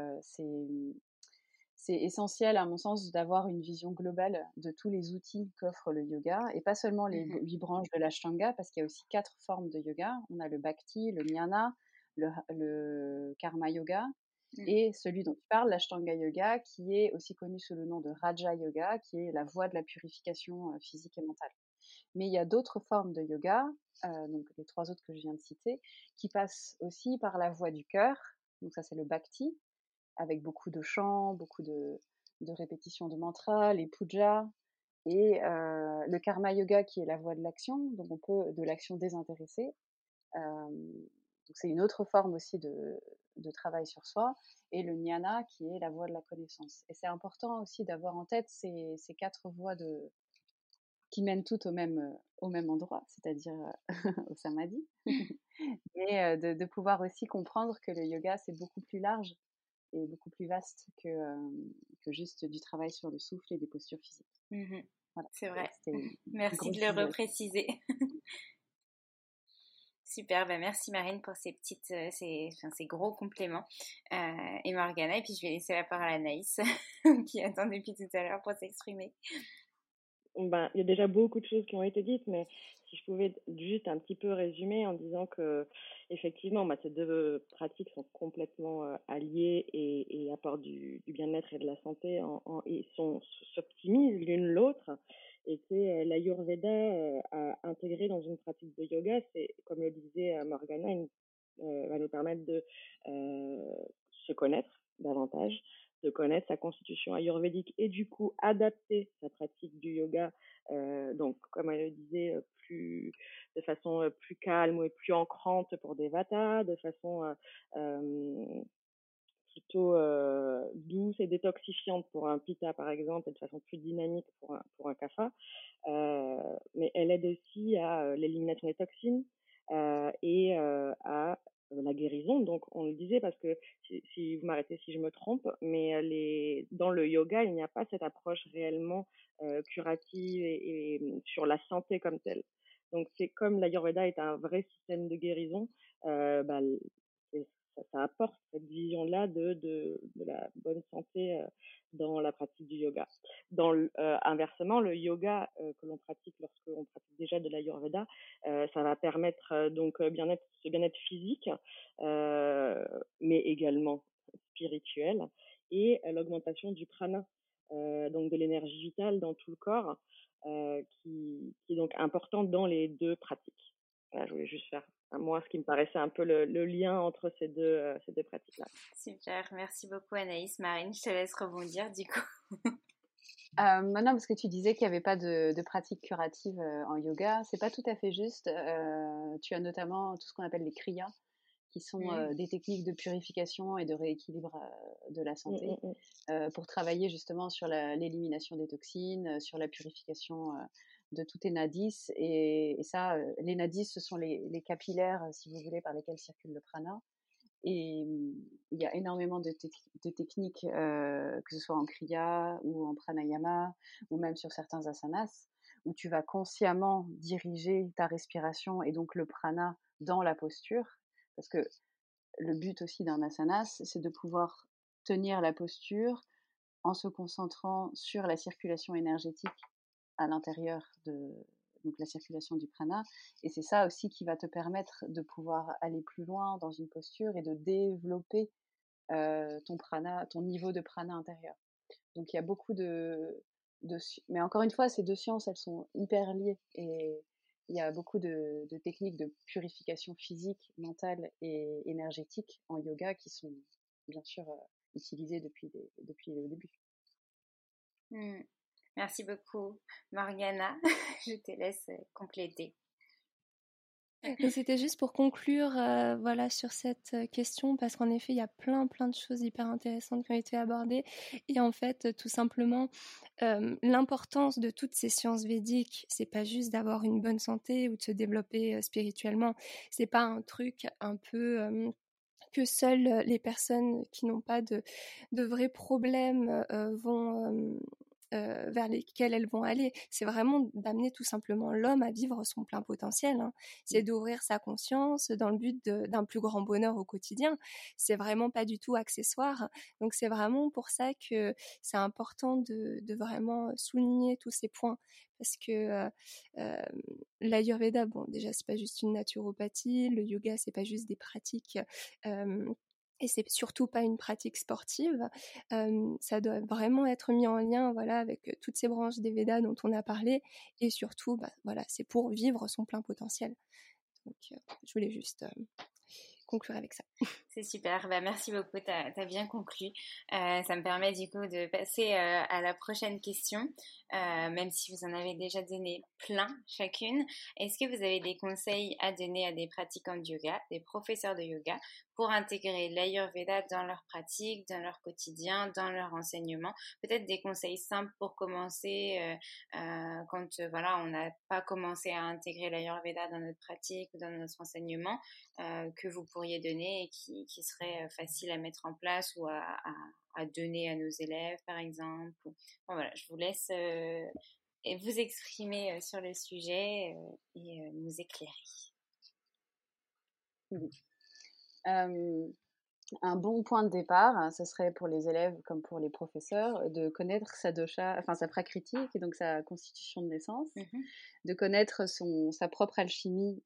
C'est essentiel, à mon sens, d'avoir une vision globale de tous les outils qu'offre le yoga, et pas seulement les 8 branches de l'Ashtanga, parce qu'il y a aussi 4 formes de yoga. On a le Bhakti, le Jnana, le Karma Yoga, et celui dont tu parles, l'Ashtanga Yoga, qui est aussi connu sous le nom de Raja Yoga, qui est la voie de la purification physique et mentale. Mais il y a d'autres formes de yoga, donc les 3 autres que je viens de citer, qui passent aussi par la voie du cœur. Donc ça, c'est le Bhakti, avec beaucoup de chants, beaucoup de répétitions de mantras, les pujas, et le karma yoga qui est la voie de l'action, donc de l'action désintéressée. Donc c'est une autre forme aussi de travail sur soi, et le jnana qui est la voie de la connaissance. Et c'est important aussi d'avoir en tête ces 4 voies qui mènent toutes au même endroit, c'est-à-dire au samadhi, mais de pouvoir aussi comprendre que le yoga c'est beaucoup plus large et beaucoup plus vaste que juste du travail sur le souffle et des postures physiques. Voilà. C'est vrai. Merci de le repréciser. Super, merci Marine pour ces gros compléments. Et Morgana, et puis je vais laisser la parole à Anaïs qui attend depuis tout à l'heure pour s'exprimer. Il y a déjà beaucoup de choses qui ont été dites, mais si je pouvais juste un petit peu résumer en disant que effectivement, ces 2 pratiques sont complètement alliées et apportent du bien-être et de la santé et s'optimisent l'une l'autre. Et que l'Ayurveda a intégré dans une pratique de yoga, c'est, comme le disait Morgana, va nous permettre de se connaître davantage, de connaître sa constitution ayurvédique et du coup adapter sa pratique du yoga, donc comme elle le disait, de façon plus calme et plus ancrante pour des vatas, de façon plutôt douce et détoxifiante pour un pitta par exemple, et de façon plus dynamique pour un kapha. Mais elle aide aussi à l'élimination des toxines et à la guérison. Donc on le disait, parce que si vous m'arrêtez si je me trompe, mais dans le yoga, il n'y a pas cette approche réellement curative et sur la santé comme telle. Donc c'est comme l'Ayurveda est un vrai système de guérison, ça apporte cette vision-là de la bonne santé dans la pratique du yoga. Inversement, le yoga que l'on pratique lorsque l'on pratique déjà de l'Ayurveda, ça va permettre donc ce bien-être physique, mais également spirituel, et l'augmentation du prana, donc de l'énergie vitale dans tout le corps, qui est donc importante dans les 2 pratiques. Voilà, je voulais juste faire moi ce qui me paraissait un peu le lien entre ces deux pratiques-là. Super, merci beaucoup Anaïs. Marine, je te laisse rebondir du coup. Non, parce que tu disais qu'il n'y avait pas de pratique curative en yoga. C'est pas tout à fait juste. Tu as notamment tout ce qu'on appelle les kriyas, qui sont des techniques de purification et de rééquilibre de la santé, pour travailler justement sur l'élimination des toxines, sur la purification de tous tes nadis. Et ça, les nadis, ce sont les capillaires, si vous voulez, par lesquels circule le prana. Et il y a énormément de techniques, que ce soit en kriya ou en pranayama, ou même sur certains asanas, où tu vas consciemment diriger ta respiration et donc le prana dans la posture. Parce que le but aussi d'un asanas, c'est de pouvoir tenir la posture en se concentrant sur la circulation énergétique à l'intérieur donc la circulation du prana. Et c'est ça aussi qui va te permettre de pouvoir aller plus loin dans une posture et de développer ton prana, ton niveau de prana intérieur. Donc il y a beaucoup mais encore une fois, ces 2 sciences, elles sont hyper liées. Et il y a beaucoup de techniques de purification physique, mentale et énergétique en yoga qui sont bien sûr utilisées depuis le début. Merci beaucoup, Morgana. Je te laisse compléter. C'était juste pour conclure voilà, sur cette question, parce qu'en effet, il y a plein de choses hyper intéressantes qui ont été abordées. Et en fait, tout simplement, l'importance de toutes ces sciences védiques, c'est pas juste d'avoir une bonne santé ou de se développer spirituellement. C'est pas un truc un peu que seules les personnes qui n'ont pas de vrais problèmes vont vers lesquelles elles vont aller. C'est vraiment d'amener tout simplement l'homme à vivre son plein potentiel. C'est d'ouvrir sa conscience dans le but d'un plus grand bonheur au quotidien. C'est vraiment pas du tout accessoire. Donc c'est vraiment pour ça que c'est important de vraiment souligner tous ces points. Parce que l'Ayurveda, bon, déjà, c'est pas juste une naturopathie. Le yoga, c'est pas juste des pratiques et c'est surtout pas une pratique sportive. Ça doit vraiment être mis en lien, voilà, avec toutes ces branches des Védas dont on a parlé, et surtout, voilà, c'est pour vivre son plein potentiel. Donc, je voulais juste conclure avec ça. C'est super, merci beaucoup, t'as bien conclu. Ça me permet du coup de passer à la prochaine question, même si vous en avez déjà donné plein chacune. Est-ce que vous avez des conseils à donner à des pratiquants de yoga, des professeurs de yoga, pour intégrer l'Ayurveda dans leur pratique, dans leur quotidien, dans leur enseignement? Peut-être des conseils simples pour commencer quand voilà, on n'a pas commencé à intégrer l'Ayurveda dans notre pratique ou dans notre enseignement, que vous pourriez donner et qui serait facile à mettre en place ou à donner à nos élèves, par exemple. Voilà, je vous laisse vous exprimer sur le sujet et nous éclairer. Un bon point de départ, ce serait pour les élèves comme pour les professeurs, de connaître sa dosha, enfin sa prakriti, qui est donc sa constitution de naissance, de connaître sa propre alchimie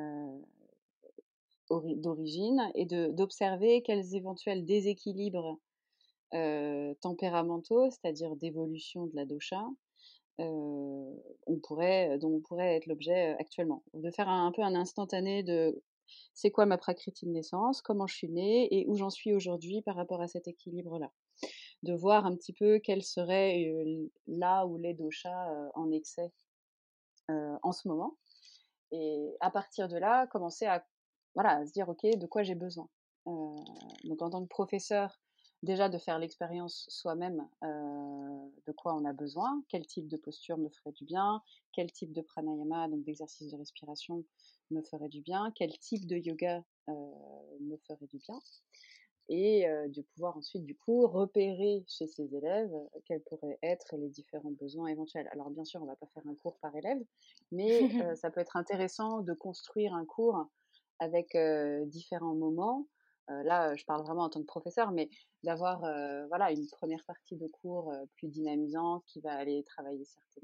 d'origine et d'observer quels éventuels déséquilibres tempéramentaux, c'est-à-dire d'évolution de la dosha, dont on pourrait être l'objet actuellement. De faire un peu un instantané de c'est quoi ma prakriti de naissance, comment je suis née et où j'en suis aujourd'hui par rapport à cet équilibre-là. De voir un petit peu quels seraient là où les doshas en excès en ce moment. Et à partir de là, commencer à se dire, ok, de quoi j'ai besoin. Donc en tant que professeur, déjà de faire l'expérience soi-même de quoi on a besoin, quel type de posture me ferait du bien, quel type de pranayama, donc d'exercice de respiration, me ferait du bien, quel type de yoga me ferait du bien, et de pouvoir ensuite du coup repérer chez ses élèves quels pourraient être les différents besoins éventuels. Alors bien sûr, on ne va pas faire un cours par élève, mais ça peut être intéressant de construire un cours avec différents moments. Là, je parle vraiment en tant que professeur, mais d'avoir une première partie de cours plus dynamisante qui va aller travailler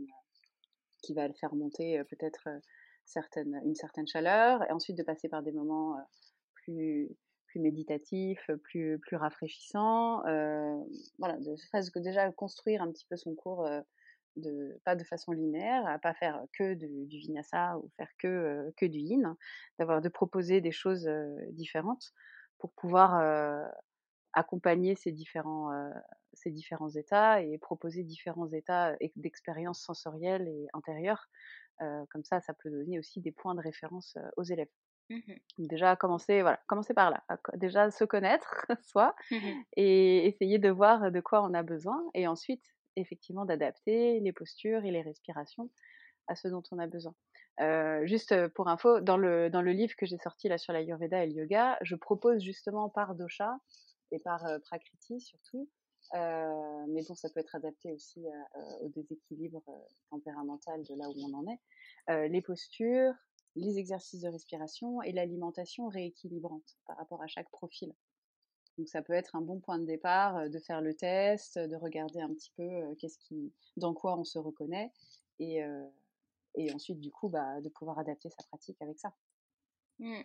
qui va le faire monter peut-être une certaine chaleur, et ensuite de passer par des moments plus méditatifs, plus rafraîchissants. De fait que déjà construire un petit peu son cours pas de façon linéaire, à pas faire que du vinyasa ou faire que du yin, de proposer des choses différentes pour pouvoir accompagner ces différents états et proposer différents états d'expérience sensorielle et intérieure. Comme ça peut donner aussi des points de référence aux élèves. Déjà commencer par là, déjà se connaître soi et essayer de voir de quoi on a besoin, et ensuite effectivement d'adapter les postures et les respirations à ce dont on a besoin. Juste pour info, dans le livre que j'ai sorti là sur l'Ayurveda et le yoga, je propose justement par dosha et par prakriti surtout, mais bon, ça peut être adapté aussi au déséquilibre tempéramental de là où on en est, les postures, les exercices de respiration et l'alimentation rééquilibrante par rapport à chaque profil. Donc ça peut être un bon point de départ de faire le test, de regarder un petit peu dans quoi on se reconnaît, et ensuite du coup de pouvoir adapter sa pratique avec ça.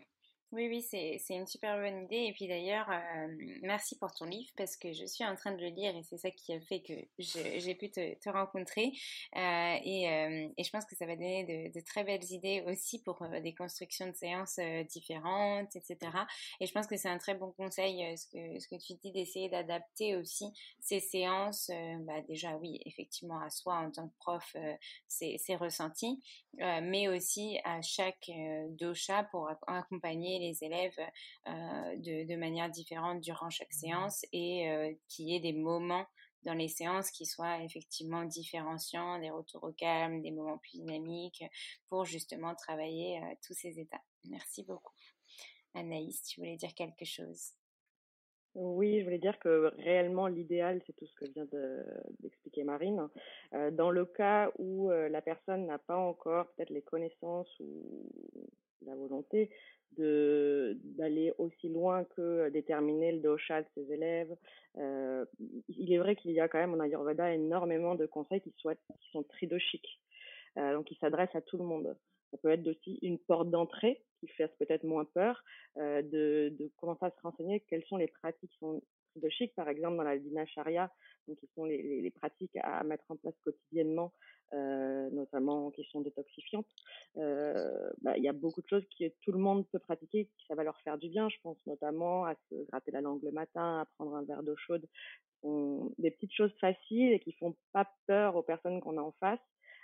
Oui, oui, c'est une super bonne idée. Et puis d'ailleurs, merci pour ton livre parce que je suis en train de le lire et c'est ça qui a fait que j'ai pu te rencontrer. Et je pense que ça va donner de très belles idées aussi pour des constructions de séances différentes, etc. Et je pense que c'est un très bon conseil, ce que tu dis, d'essayer d'adapter aussi ces séances. Déjà, oui, effectivement, à soi en tant que prof, c'est ressenti, mais aussi à chaque dosha pour accompagner les élèves de manière différente durant chaque séance et qu'il y ait des moments dans les séances qui soient effectivement différenciants, des retours au calme, des moments plus dynamiques pour justement travailler tous ces états. Merci beaucoup. Anaïs, tu voulais dire quelque chose? Oui, je voulais dire que réellement l'idéal, c'est tout ce que vient d'expliquer Marine. Dans le cas où la personne n'a pas encore peut-être les connaissances ou la volonté d'aller aussi loin que déterminer le dosha de ses élèves, il est vrai qu'il y a quand même en Ayurveda énormément de conseils qui sont tridoshiques, donc qui s'adressent à tout le monde. Ça peut être aussi une porte d'entrée qui fasse peut-être moins peur, de commencer à se renseigner quelles sont les pratiques qui sont tridoshiques, par exemple dans la dinacharya, donc qui sont les pratiques à mettre en place quotidiennement, notamment en question détoxifiante. Il y a beaucoup de choses que tout le monde peut pratiquer, que ça va leur faire du bien. Je pense notamment à se gratter la langue le matin, à prendre un verre d'eau chaude. Des petites choses faciles et qui font pas peur aux personnes qu'on a en face,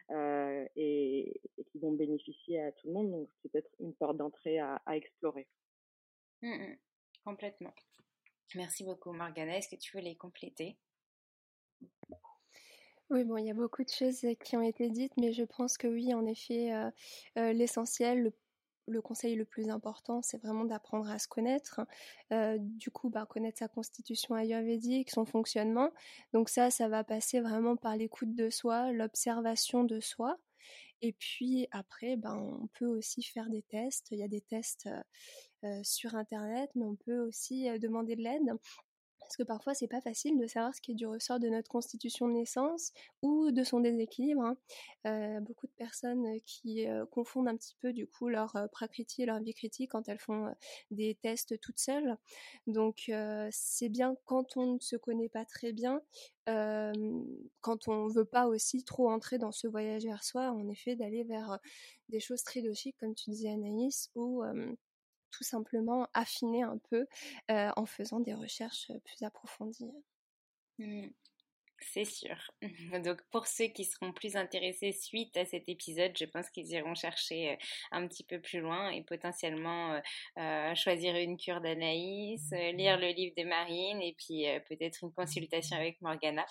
et qui vont bénéficier à tout le monde. Donc, c'est peut-être une porte d'entrée à explorer. Complètement. Merci beaucoup, Morgana. Est-ce que tu veux les compléter? Oui, bon, il y a beaucoup de choses qui ont été dites, mais je pense que oui, en effet, l'essentiel, le conseil le plus important, c'est vraiment d'apprendre à se connaître. Du coup, connaître sa constitution ayurvédique, son fonctionnement. Donc ça va passer vraiment par l'écoute de soi, l'observation de soi. Et puis après, on peut aussi faire des tests. Il y a des tests sur Internet, mais on peut aussi demander de l'aide. Parce que parfois, c'est pas facile de savoir ce qui est du ressort de notre constitution de naissance ou de son déséquilibre. Beaucoup de personnes qui confondent un petit peu du coup leur prakriti et leur vikriti quand elles font des tests toutes seules. Donc c'est bien quand on ne se connaît pas très bien, quand on veut pas aussi trop entrer dans ce voyage vers soi, en effet d'aller vers des choses tridoshiques comme tu disais Anaïs, ou tout simplement affiner un peu en faisant des recherches plus approfondies. C'est sûr. Donc pour ceux qui seront plus intéressés suite à cet épisode, je pense qu'ils iront chercher un petit peu plus loin et potentiellement choisir une cure d'Anaïs, lire le livre de Marine et puis peut-être une consultation avec Morgana.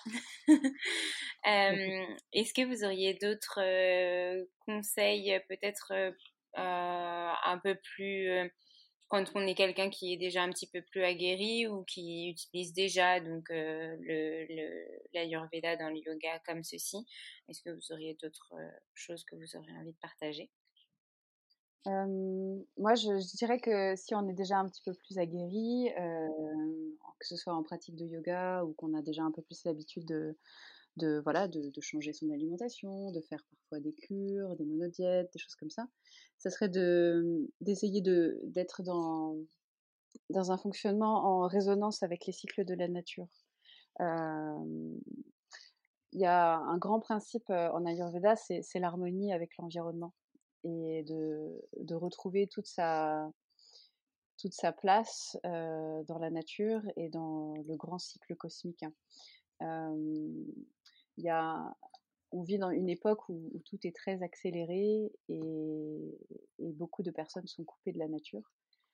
Est-ce que vous auriez d'autres conseils peut-être un peu plus... quand on est quelqu'un qui est déjà un petit peu plus aguerri ou qui utilise déjà donc l'Ayurveda dans le yoga comme ceci, est-ce que vous auriez d'autres choses que vous auriez envie de partager? Moi, je dirais que si on est déjà un petit peu plus aguerri, que ce soit en pratique de yoga ou qu'on a déjà un peu plus l'habitude de changer son alimentation, de faire parfois des cures, des monodiètes, des choses comme ça serait d'essayer d'être dans un fonctionnement en résonance avec les cycles de la nature. Il y a un grand principe en Ayurveda, c'est l'harmonie avec l'environnement et de retrouver toute sa place dans la nature et dans le grand cycle cosmique. On vit dans une époque où tout est très accéléré et beaucoup de personnes sont coupées de la nature.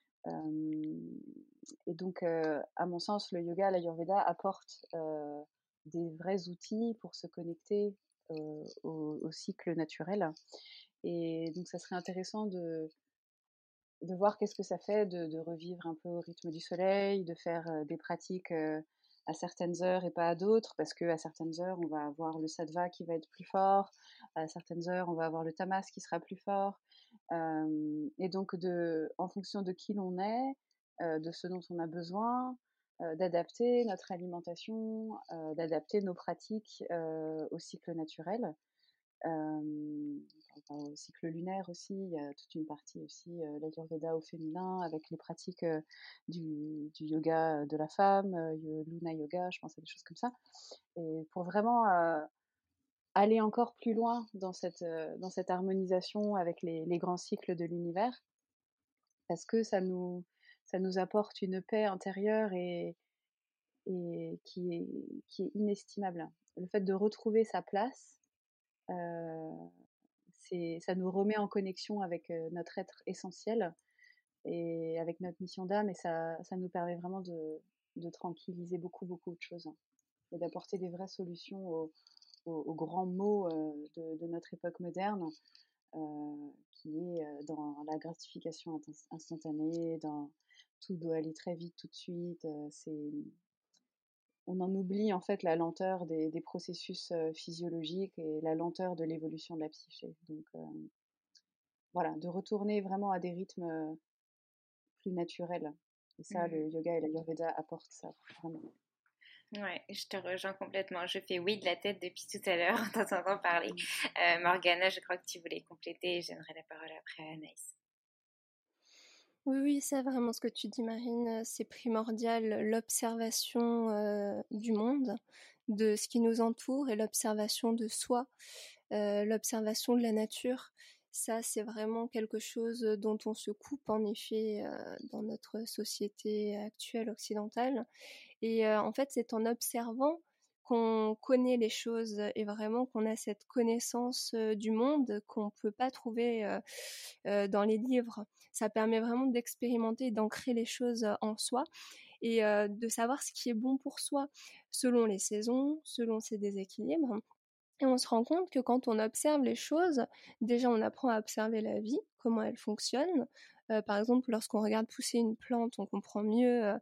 Et donc, à mon sens, le yoga, l'Ayurveda apporte des vrais outils pour se connecter au cycle naturel. Et donc, ça serait intéressant de voir qu'est-ce que ça fait de revivre un peu au rythme du soleil, de faire des pratiques à certaines heures et pas à d'autres, parce qu'à certaines heures, on va avoir le sattva qui va être plus fort, à certaines heures, on va avoir le tamas qui sera plus fort. Et donc, en fonction de qui l'on est, de ce dont on a besoin, d'adapter notre alimentation, d'adapter nos pratiques au cycle naturel. Au cycle lunaire aussi, il y a toute une partie aussi l'Ayurveda au féminin avec les pratiques du yoga de la femme, Luna Yoga, je pense à des choses comme ça. Et pour vraiment aller encore plus loin dans cette harmonisation avec les grands cycles de l'univers, parce que ça nous apporte une paix intérieure et qui est inestimable. Le fait de retrouver sa place, ça nous remet en connexion avec notre être essentiel et avec notre mission d'âme, et ça nous permet vraiment de tranquilliser beaucoup de choses, hein, et d'apporter des vraies solutions aux grands maux de notre époque moderne, qui est dans la gratification instantanée, dans tout doit aller très vite tout de suite. On en oublie en fait la lenteur des processus physiologiques et la lenteur de l'évolution de la psyché. Donc voilà, de retourner vraiment à des rythmes plus naturels. Et ça, le yoga et l'Ayurveda apportent ça, vraiment. Ouais, je te rejoins complètement. Je fais oui de la tête depuis tout à l'heure en t'entendant parler. Morgana, je crois que tu voulais compléter et je donnerai la parole après à Anaïs. Oui, c'est vraiment ce que tu dis, Marine, c'est primordial, l'observation du monde, de ce qui nous entoure et l'observation de soi, l'observation de la nature. Ça, c'est vraiment quelque chose dont on se coupe en effet dans notre société actuelle occidentale. Et en fait, c'est en observant qu'on connaît les choses et vraiment qu'on a cette connaissance du monde qu'on ne peut pas trouver dans les livres. Ça permet vraiment d'expérimenter et d'ancrer les choses en soi et de savoir ce qui est bon pour soi selon les saisons, selon ses déséquilibres. Et on se rend compte que quand on observe les choses, déjà on apprend à observer la vie, comment elle fonctionne. Par exemple, lorsqu'on regarde pousser une plante, on comprend mieux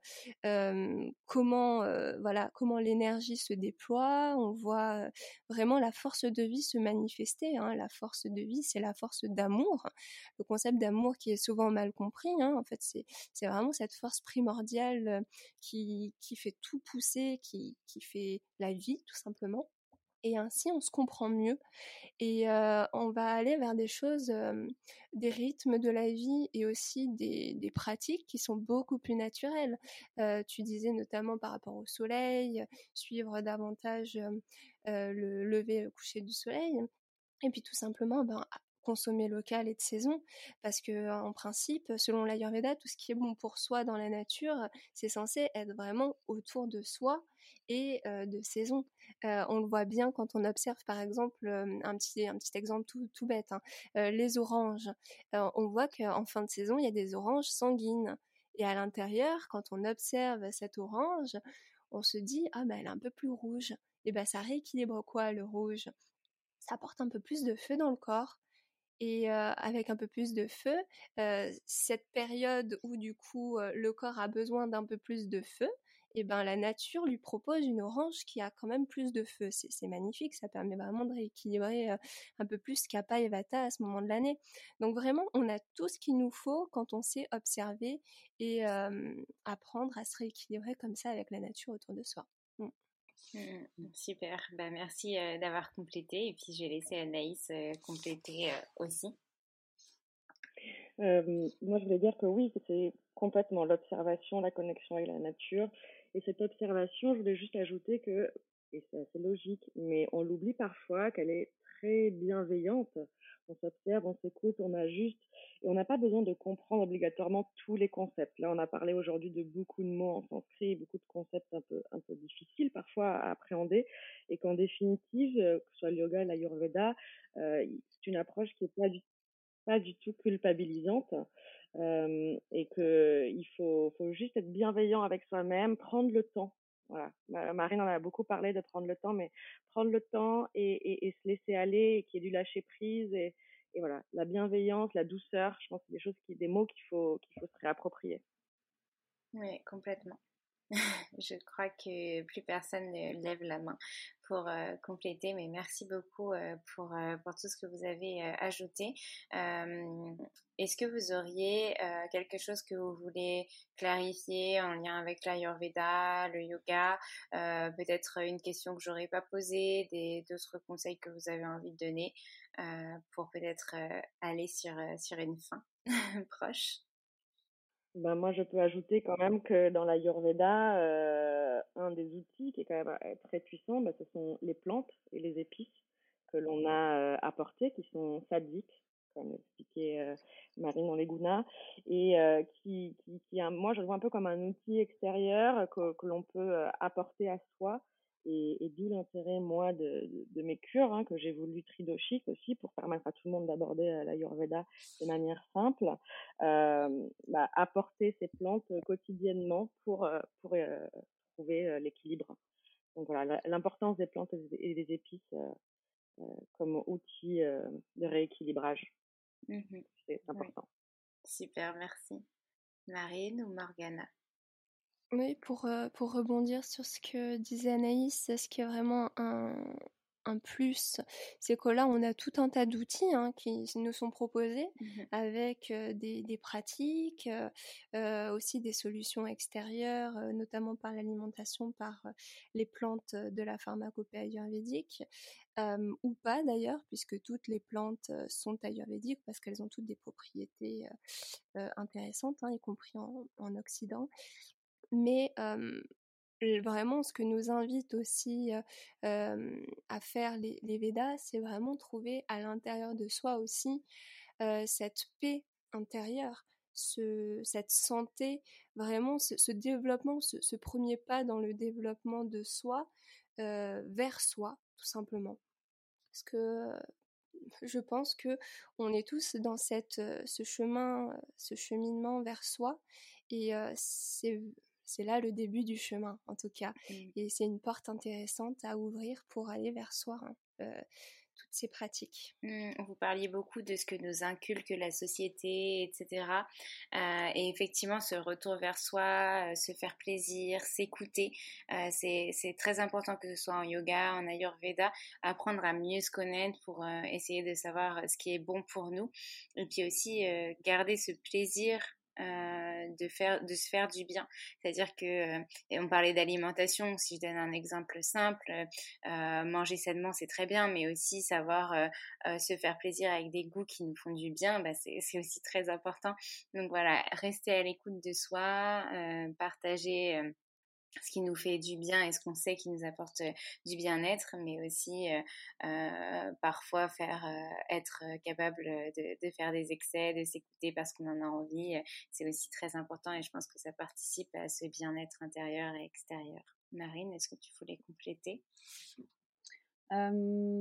comment l'énergie se déploie. On voit vraiment la force de vie se manifester, hein. La force de vie, c'est la force d'amour. Le concept d'amour qui est souvent mal compris, hein. En fait, c'est vraiment cette force primordiale qui fait tout pousser, qui fait la vie, tout simplement. Et ainsi, on se comprend mieux et on va aller vers des choses, des rythmes de la vie et aussi des pratiques qui sont beaucoup plus naturelles. Tu disais notamment par rapport au soleil, suivre davantage le lever et le coucher du soleil. Et puis tout simplement, consommer local et de saison, parce que en principe, selon l'Ayurveda, tout ce qui est bon pour soi dans la nature, c'est censé être vraiment autour de soi et de saison. On le voit bien quand on observe, par exemple, un petit exemple tout bête, hein, les oranges. On voit qu'en fin de saison, il y a des oranges sanguines. Et à l'intérieur, quand on observe cette orange, on se dit « Ah, elle est un peu plus rouge ». Et ça rééquilibre quoi, le rouge ? Ça apporte un peu plus de feu dans le corps. Et avec un peu plus de feu, cette période où du coup le corps a besoin d'un peu plus de feu, et la nature lui propose une orange qui a quand même plus de feu. C'est magnifique, ça permet vraiment de rééquilibrer un peu plus Kapha et Vata à ce moment de l'année. Donc vraiment, on a tout ce qu'il nous faut quand on sait observer et apprendre à se rééquilibrer comme ça avec la nature autour de soi. Super, merci d'avoir complété et puis je vais laisser Anaïs compléter aussi. Moi je voulais dire que oui, c'est complètement l'observation, la connexion avec la nature, et cette observation, je voulais juste ajouter que, et c'est assez logique, mais on l'oublie parfois, qu'elle est très bienveillante. On s'observe, on s'écoute, on ajuste, et on n'a pas besoin de comprendre obligatoirement tous les concepts. Là, on a parlé aujourd'hui de beaucoup de mots en sanskrit, beaucoup de concepts un peu difficiles parfois à appréhender, et qu'en définitive, que ce soit le yoga, l'ayurveda, c'est une approche qui est pas du tout culpabilisante, et que il faut juste être bienveillant avec soi-même, prendre le temps. Voilà. Marine en a beaucoup parlé de prendre le temps, mais prendre le temps et se laisser aller, et qu'il y ait du lâcher prise, et voilà, la bienveillance, la douceur, je pense que c'est des mots qu'il faut se réapproprier. Oui, complètement. Je crois que plus personne ne lève la main pour compléter, mais merci beaucoup pour tout ce que vous avez ajouté. Est-ce que vous auriez quelque chose que vous voulez clarifier en lien avec l'Ayurveda, le yoga, peut-être une question que j'aurais pas posée, d'autres conseils que vous avez envie de donner pour peut-être aller sur une fin proche? Ben moi, je peux ajouter quand même que dans l'Ayurveda, un des outils qui est quand même très puissant, ce sont les plantes et les épices que l'on a apportées, qui sont sadiques, comme expliquait Marine dans les Gunas, et moi, je le vois un peu comme un outil extérieur que l'on peut apporter à soi, et d'où l'intérêt, moi, de mes cures, que j'ai voulu tridoshiques aussi, pour permettre à tout le monde d'aborder l'Ayurveda de manière simple. Apporter ces plantes quotidiennement pour trouver l'équilibre. Donc voilà, l'importance des plantes et des épices comme outil de rééquilibrage. C'est important. Ouais. Super, merci. Marine ou Morgana? Oui, pour rebondir sur ce que disait Anaïs, ce qui est vraiment un plus, c'est que là, on a tout un tas d'outils qui nous sont proposés avec des pratiques, aussi des solutions extérieures, notamment par l'alimentation, par les plantes de la pharmacopée ayurvédique, ou pas d'ailleurs, puisque toutes les plantes sont ayurvédiques parce qu'elles ont toutes des propriétés intéressantes, y compris en Occident. Mais vraiment, ce que nous invite aussi à faire les Védas, c'est vraiment trouver à l'intérieur de soi aussi cette paix intérieure, cette santé, vraiment ce développement, ce premier pas dans le développement de soi vers soi, tout simplement. Parce que je pense que on est tous dans ce cheminement vers soi, et c'est là le début du chemin, en tout cas. Et c'est une porte intéressante à ouvrir pour aller vers soi, toutes ces pratiques. Vous parliez beaucoup de ce que nous inculque la société, etc. Et effectivement, ce retour vers soi, se faire plaisir, s'écouter, c'est très important, que ce soit en yoga, en Ayurveda, apprendre à mieux se connaître pour essayer de savoir ce qui est bon pour nous. Et puis aussi garder ce plaisir de se faire du bien. C'est-à-dire que, on parlait d'alimentation, si je donne un exemple simple, manger sainement, c'est très bien, mais aussi savoir se faire plaisir avec des goûts qui nous font du bien, c'est aussi très important. Donc voilà, rester à l'écoute de soi, partager ce qui nous fait du bien et ce qu'on sait qui nous apporte du bien-être, mais aussi parfois être capable de faire des excès, de s'écouter parce qu'on en a envie, c'est aussi très important, et je pense que ça participe à ce bien-être intérieur et extérieur. Marine, est-ce que tu voulais compléter? À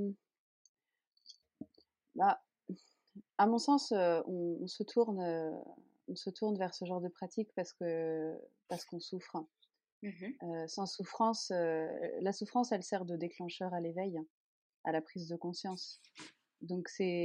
mon sens, on se tourne vers ce genre de pratique parce qu'on souffre. Sans souffrance, la souffrance, elle sert de déclencheur à l'éveil, à la prise de conscience. Donc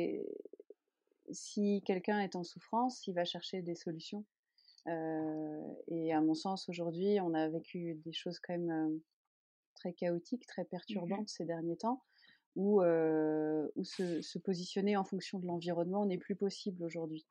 si quelqu'un est en souffrance, il va chercher des solutions. Et à mon sens, aujourd'hui, on a vécu des choses quand même très chaotiques, très perturbantes ces derniers temps, où se positionner en fonction de l'environnement n'est plus possible aujourd'hui.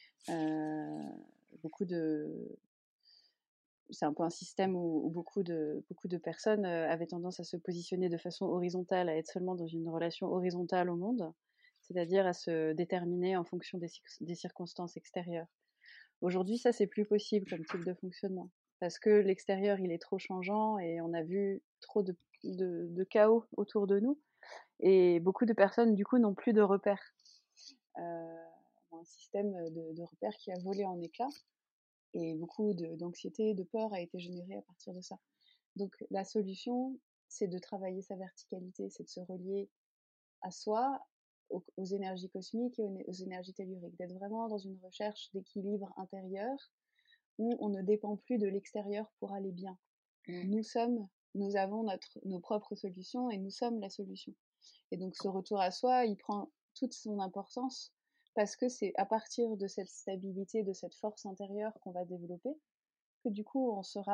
C'est un peu un système où beaucoup de personnes avaient tendance à se positionner de façon horizontale, à être seulement dans une relation horizontale au monde, c'est-à-dire à se déterminer en fonction des circonstances extérieures. Aujourd'hui, ça, c'est plus possible comme type de fonctionnement, parce que l'extérieur, il est trop changeant et on a vu trop de chaos autour de nous, et beaucoup de personnes, du coup, n'ont plus de repères. Un système de repères qui a volé en éclats. Et beaucoup d'anxiété, de peur a été générée à partir de ça. Donc la solution, c'est de travailler sa verticalité, c'est de se relier à soi, aux énergies cosmiques et aux énergies telluriques, d'être vraiment dans une recherche d'équilibre intérieur où on ne dépend plus de l'extérieur pour aller bien. Nous avons nos propres solutions et nous sommes la solution. Et donc ce retour à soi, il prend toute son importance, parce que c'est à partir de cette stabilité, de cette force intérieure qu'on va développer, que du coup on sera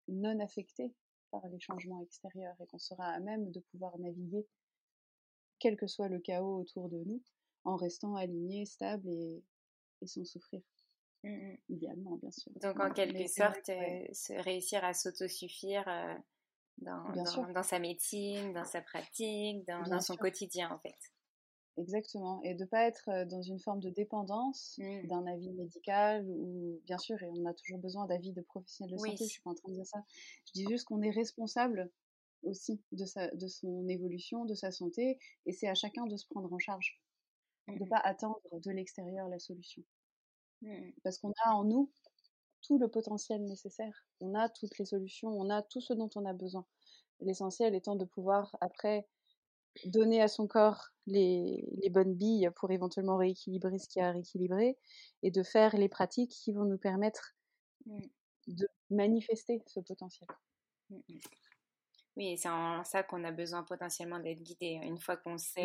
non affectés par les changements extérieurs et qu'on sera à même de pouvoir naviguer, quel que soit le chaos autour de nous, en restant aligné, stable et sans souffrir. Idéalement, bien sûr. Donc, en quelque sorte, réussir à s'autosuffire Bien sûr. dans sa médecine, dans sa pratique, dans son quotidien, en fait. Exactement. Et de ne pas être dans une forme de dépendance d'un avis médical, ou bien sûr, et on a toujours besoin d'avis de professionnels de santé, je ne suis pas en train de dire ça. Je dis juste qu'on est responsable aussi de son évolution, de sa santé, et c'est à chacun de se prendre en charge. De ne pas attendre de l'extérieur la solution. Parce qu'on a en nous tout le potentiel nécessaire. On a toutes les solutions, on a tout ce dont on a besoin. L'essentiel étant de pouvoir, après, donner à son corps les bonnes billes pour éventuellement rééquilibrer ce qu'il y a à rééquilibrer, et de faire les pratiques qui vont nous permettre de manifester ce potentiel. Oui, et c'est en ça qu'on a besoin potentiellement d'être guidé. Une fois qu'on sait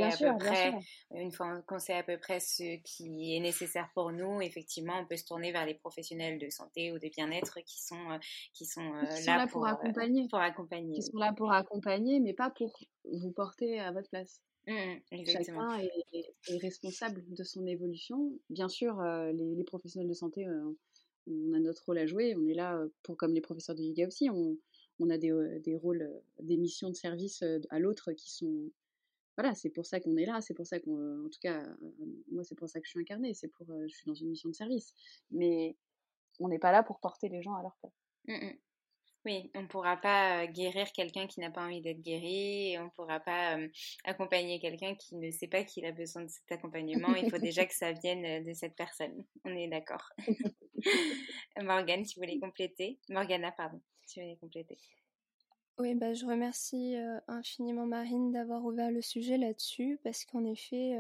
à peu près ce qui est nécessaire pour nous, effectivement, on peut se tourner vers les professionnels de santé ou de bien-être qui sont là pour accompagner. Qui sont là pour accompagner, mais pas pour vous porter à votre place. Exactement. Chacun est responsable de son évolution. Bien sûr, les professionnels de santé, on a notre rôle à jouer. On est là comme les professeurs de yoga aussi. On a des rôles, des missions de service à l'autre qui sont... Voilà, c'est pour ça qu'on est là. C'est pour ça en tout cas, moi, c'est pour ça que je suis incarnée. Je suis dans une mission de service. Mais on n'est pas là pour porter les gens à leur place. Oui, on ne pourra pas guérir quelqu'un qui n'a pas envie d'être guéri, et on ne pourra pas accompagner quelqu'un qui ne sait pas qu'il a besoin de cet accompagnement. Il faut déjà que ça vienne de cette personne. On est d'accord. Morgana, tu voulais compléter? Morgana, pardon, tu voulais compléter. Oui, je remercie infiniment Marine d'avoir ouvert le sujet là-dessus, parce qu'en effet,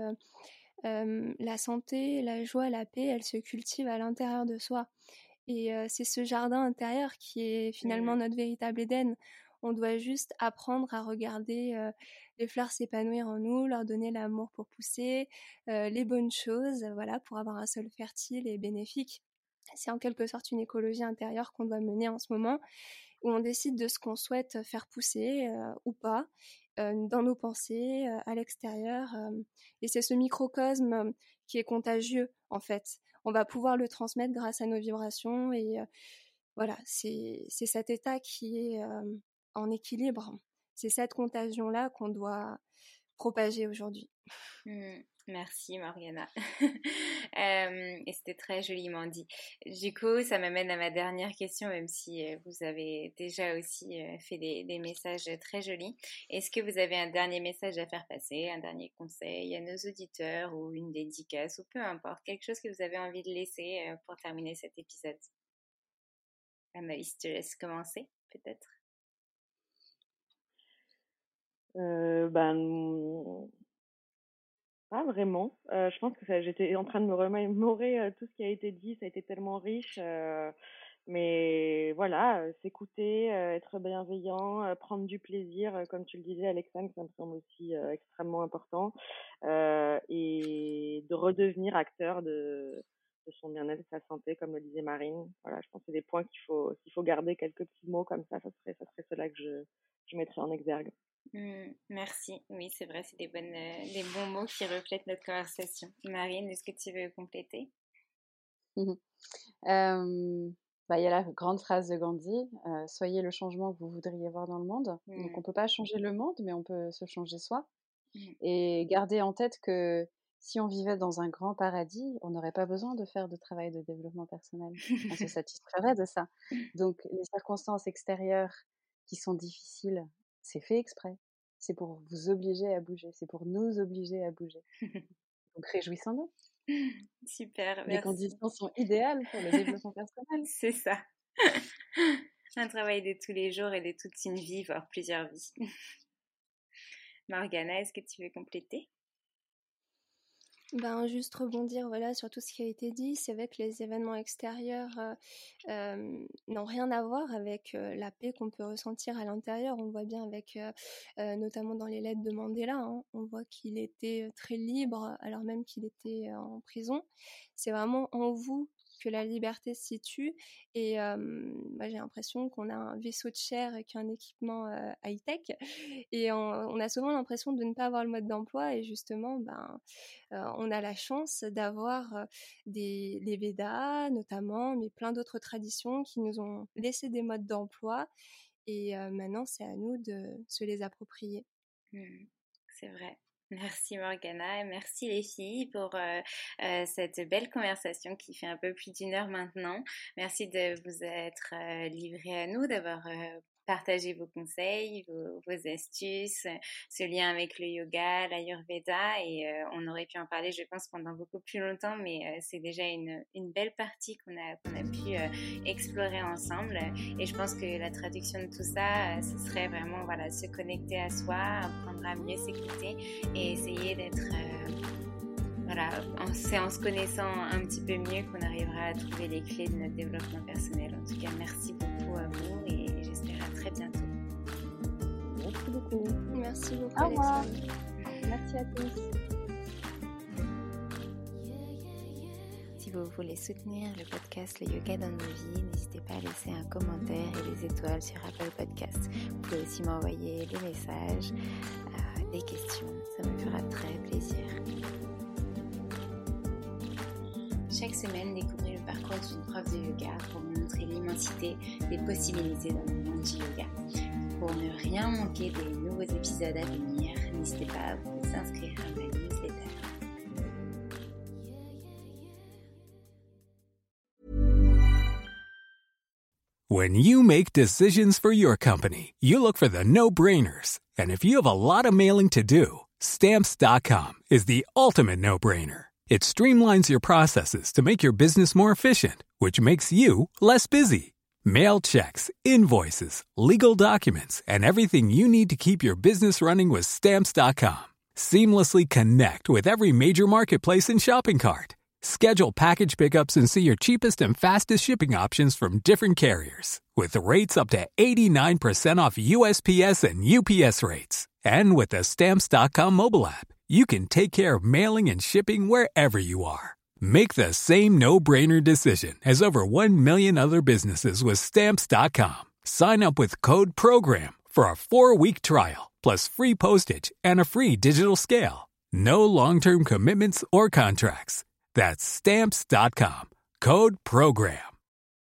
la santé, la joie, la paix, elle se cultive à l'intérieur de soi. Et c'est ce jardin intérieur qui est finalement notre véritable Éden. On doit juste apprendre à regarder les fleurs s'épanouir en nous, leur donner l'amour pour pousser, les bonnes choses, voilà, pour avoir un sol fertile et bénéfique. C'est en quelque sorte une écologie intérieure qu'on doit mener en ce moment, où on décide de ce qu'on souhaite faire pousser ou pas, dans nos pensées, à l'extérieur. Et c'est ce microcosme qui est contagieux, en fait. On va pouvoir le transmettre grâce à nos vibrations, et voilà, c'est cet état qui est en équilibre. C'est cette contagion-là qu'on doit propager aujourd'hui. Merci Morgana. Et c'était très joliment dit. Du coup, ça m'amène à ma dernière question, même si vous avez déjà aussi fait des messages très jolis. Est-ce que vous avez un dernier message à faire passer, un dernier conseil à nos auditeurs, ou une dédicace, ou peu importe, quelque chose que vous avez envie de laisser pour terminer cet épisode? Anaïs, je te laisse commencer, peut-être. Pas vraiment. Je pense que j'étais en train de me remémorer tout ce qui a été dit. Ça a été tellement riche. Mais voilà, s'écouter, être bienveillant, prendre du plaisir, comme tu le disais, Alexandre, ça me semble aussi extrêmement important. Et de redevenir acteur de son bien-être, de sa santé, comme le disait Marine. Voilà, je pense que c'est des points qu'il faut garder, quelques petits mots comme ça serait cela que je mettrais en exergue. Merci. Oui, c'est vrai, c'est des bons mots qui reflètent notre conversation. Marine, est-ce que tu veux compléter? Il y a la grande phrase de Gandhi, soyez le changement que vous voudriez voir dans le monde. Donc on ne peut pas changer le monde, mais on peut se changer soi. Et garder en tête que si on vivait dans un grand paradis, on n'aurait pas besoin de faire de travail de développement personnel. On se satisferait de ça. Donc les circonstances extérieures qui sont difficiles, c'est fait exprès. C'est pour vous obliger à bouger. C'est pour nous obliger à bouger. Donc réjouissons-nous. Super, merci. Les conditions sont idéales pour le développement personnel. C'est ça. Un travail de tous les jours et de toute une vie, voire plusieurs vies. Morgana, est-ce que tu veux compléter? Juste rebondir sur tout ce qui a été dit. C'est vrai que les événements extérieurs n'ont rien à voir avec la paix qu'on peut ressentir à l'intérieur. On le voit bien avec, notamment dans les lettres de Mandela, hein. On voit qu'il était très libre alors même qu'il était en prison. C'est vraiment en vous que la liberté se situe. Et moi, j'ai l'impression qu'on a un vaisseau de chair qu'un équipement high-tech. Et on a souvent l'impression de ne pas avoir le mode d'emploi. Et justement, on a la chance d'avoir les Védas, notamment, mais plein d'autres traditions qui nous ont laissé des modes d'emploi. Et maintenant, c'est à nous de se les approprier. C'est vrai. Merci Morgana et merci les filles pour cette belle conversation qui fait un peu plus d'1 heure maintenant. Merci de vous être livrées à nous, d'avoir partagé vos conseils, vos astuces, ce lien avec le yoga, l'Ayurveda et on aurait pu en parler je pense pendant beaucoup plus longtemps mais c'est déjà une belle partie qu'on a pu explorer ensemble et je pense que la traduction de tout ça ce serait vraiment se connecter à soi, apprendre à mieux s'écouter et essayer d'être c'est en se connaissant un petit peu mieux qu'on arrivera à trouver les clés de notre développement personnel. En tout cas, merci beaucoup à vous et j'espère à très bientôt. Merci beaucoup. Merci beaucoup. Au revoir. Merci à tous. Si vous voulez soutenir le podcast Le Yoga dans nos vies, n'hésitez pas à laisser un commentaire et des étoiles sur Apple Podcasts. Vous pouvez aussi m'envoyer des messages, des questions, ça me fera très plaisir. Chaque semaine, découvrez le parcours d'une prof de yoga pour vous montrer l'immensité des possibilités dans le monde du yoga. Pour ne rien manquer des nouveaux épisodes à venir, n'hésitez pas à vous inscrire à ma newsletter. When you make decisions for your company, you look for the no-brainers. And if you have a lot of mailing to do, Stamps.com is the ultimate no-brainer. It streamlines your processes to make your business more efficient, which makes you less busy. Mail checks, invoices, legal documents, and everything you need to keep your business running with Stamps.com. Seamlessly connect with every major marketplace and shopping cart. Schedule package pickups and see your cheapest and fastest shipping options from different carriers. With rates up to 89% off USPS and UPS rates. And with the Stamps.com mobile app, you can take care of mailing and shipping wherever you are. Make the same no-brainer decision as over 1 million other businesses with Stamps.com. Sign up with code PROGRAM for a 4-week trial, plus free postage and a free digital scale. No long-term commitments or contracts. That's Stamps.com. Code PROGRAM.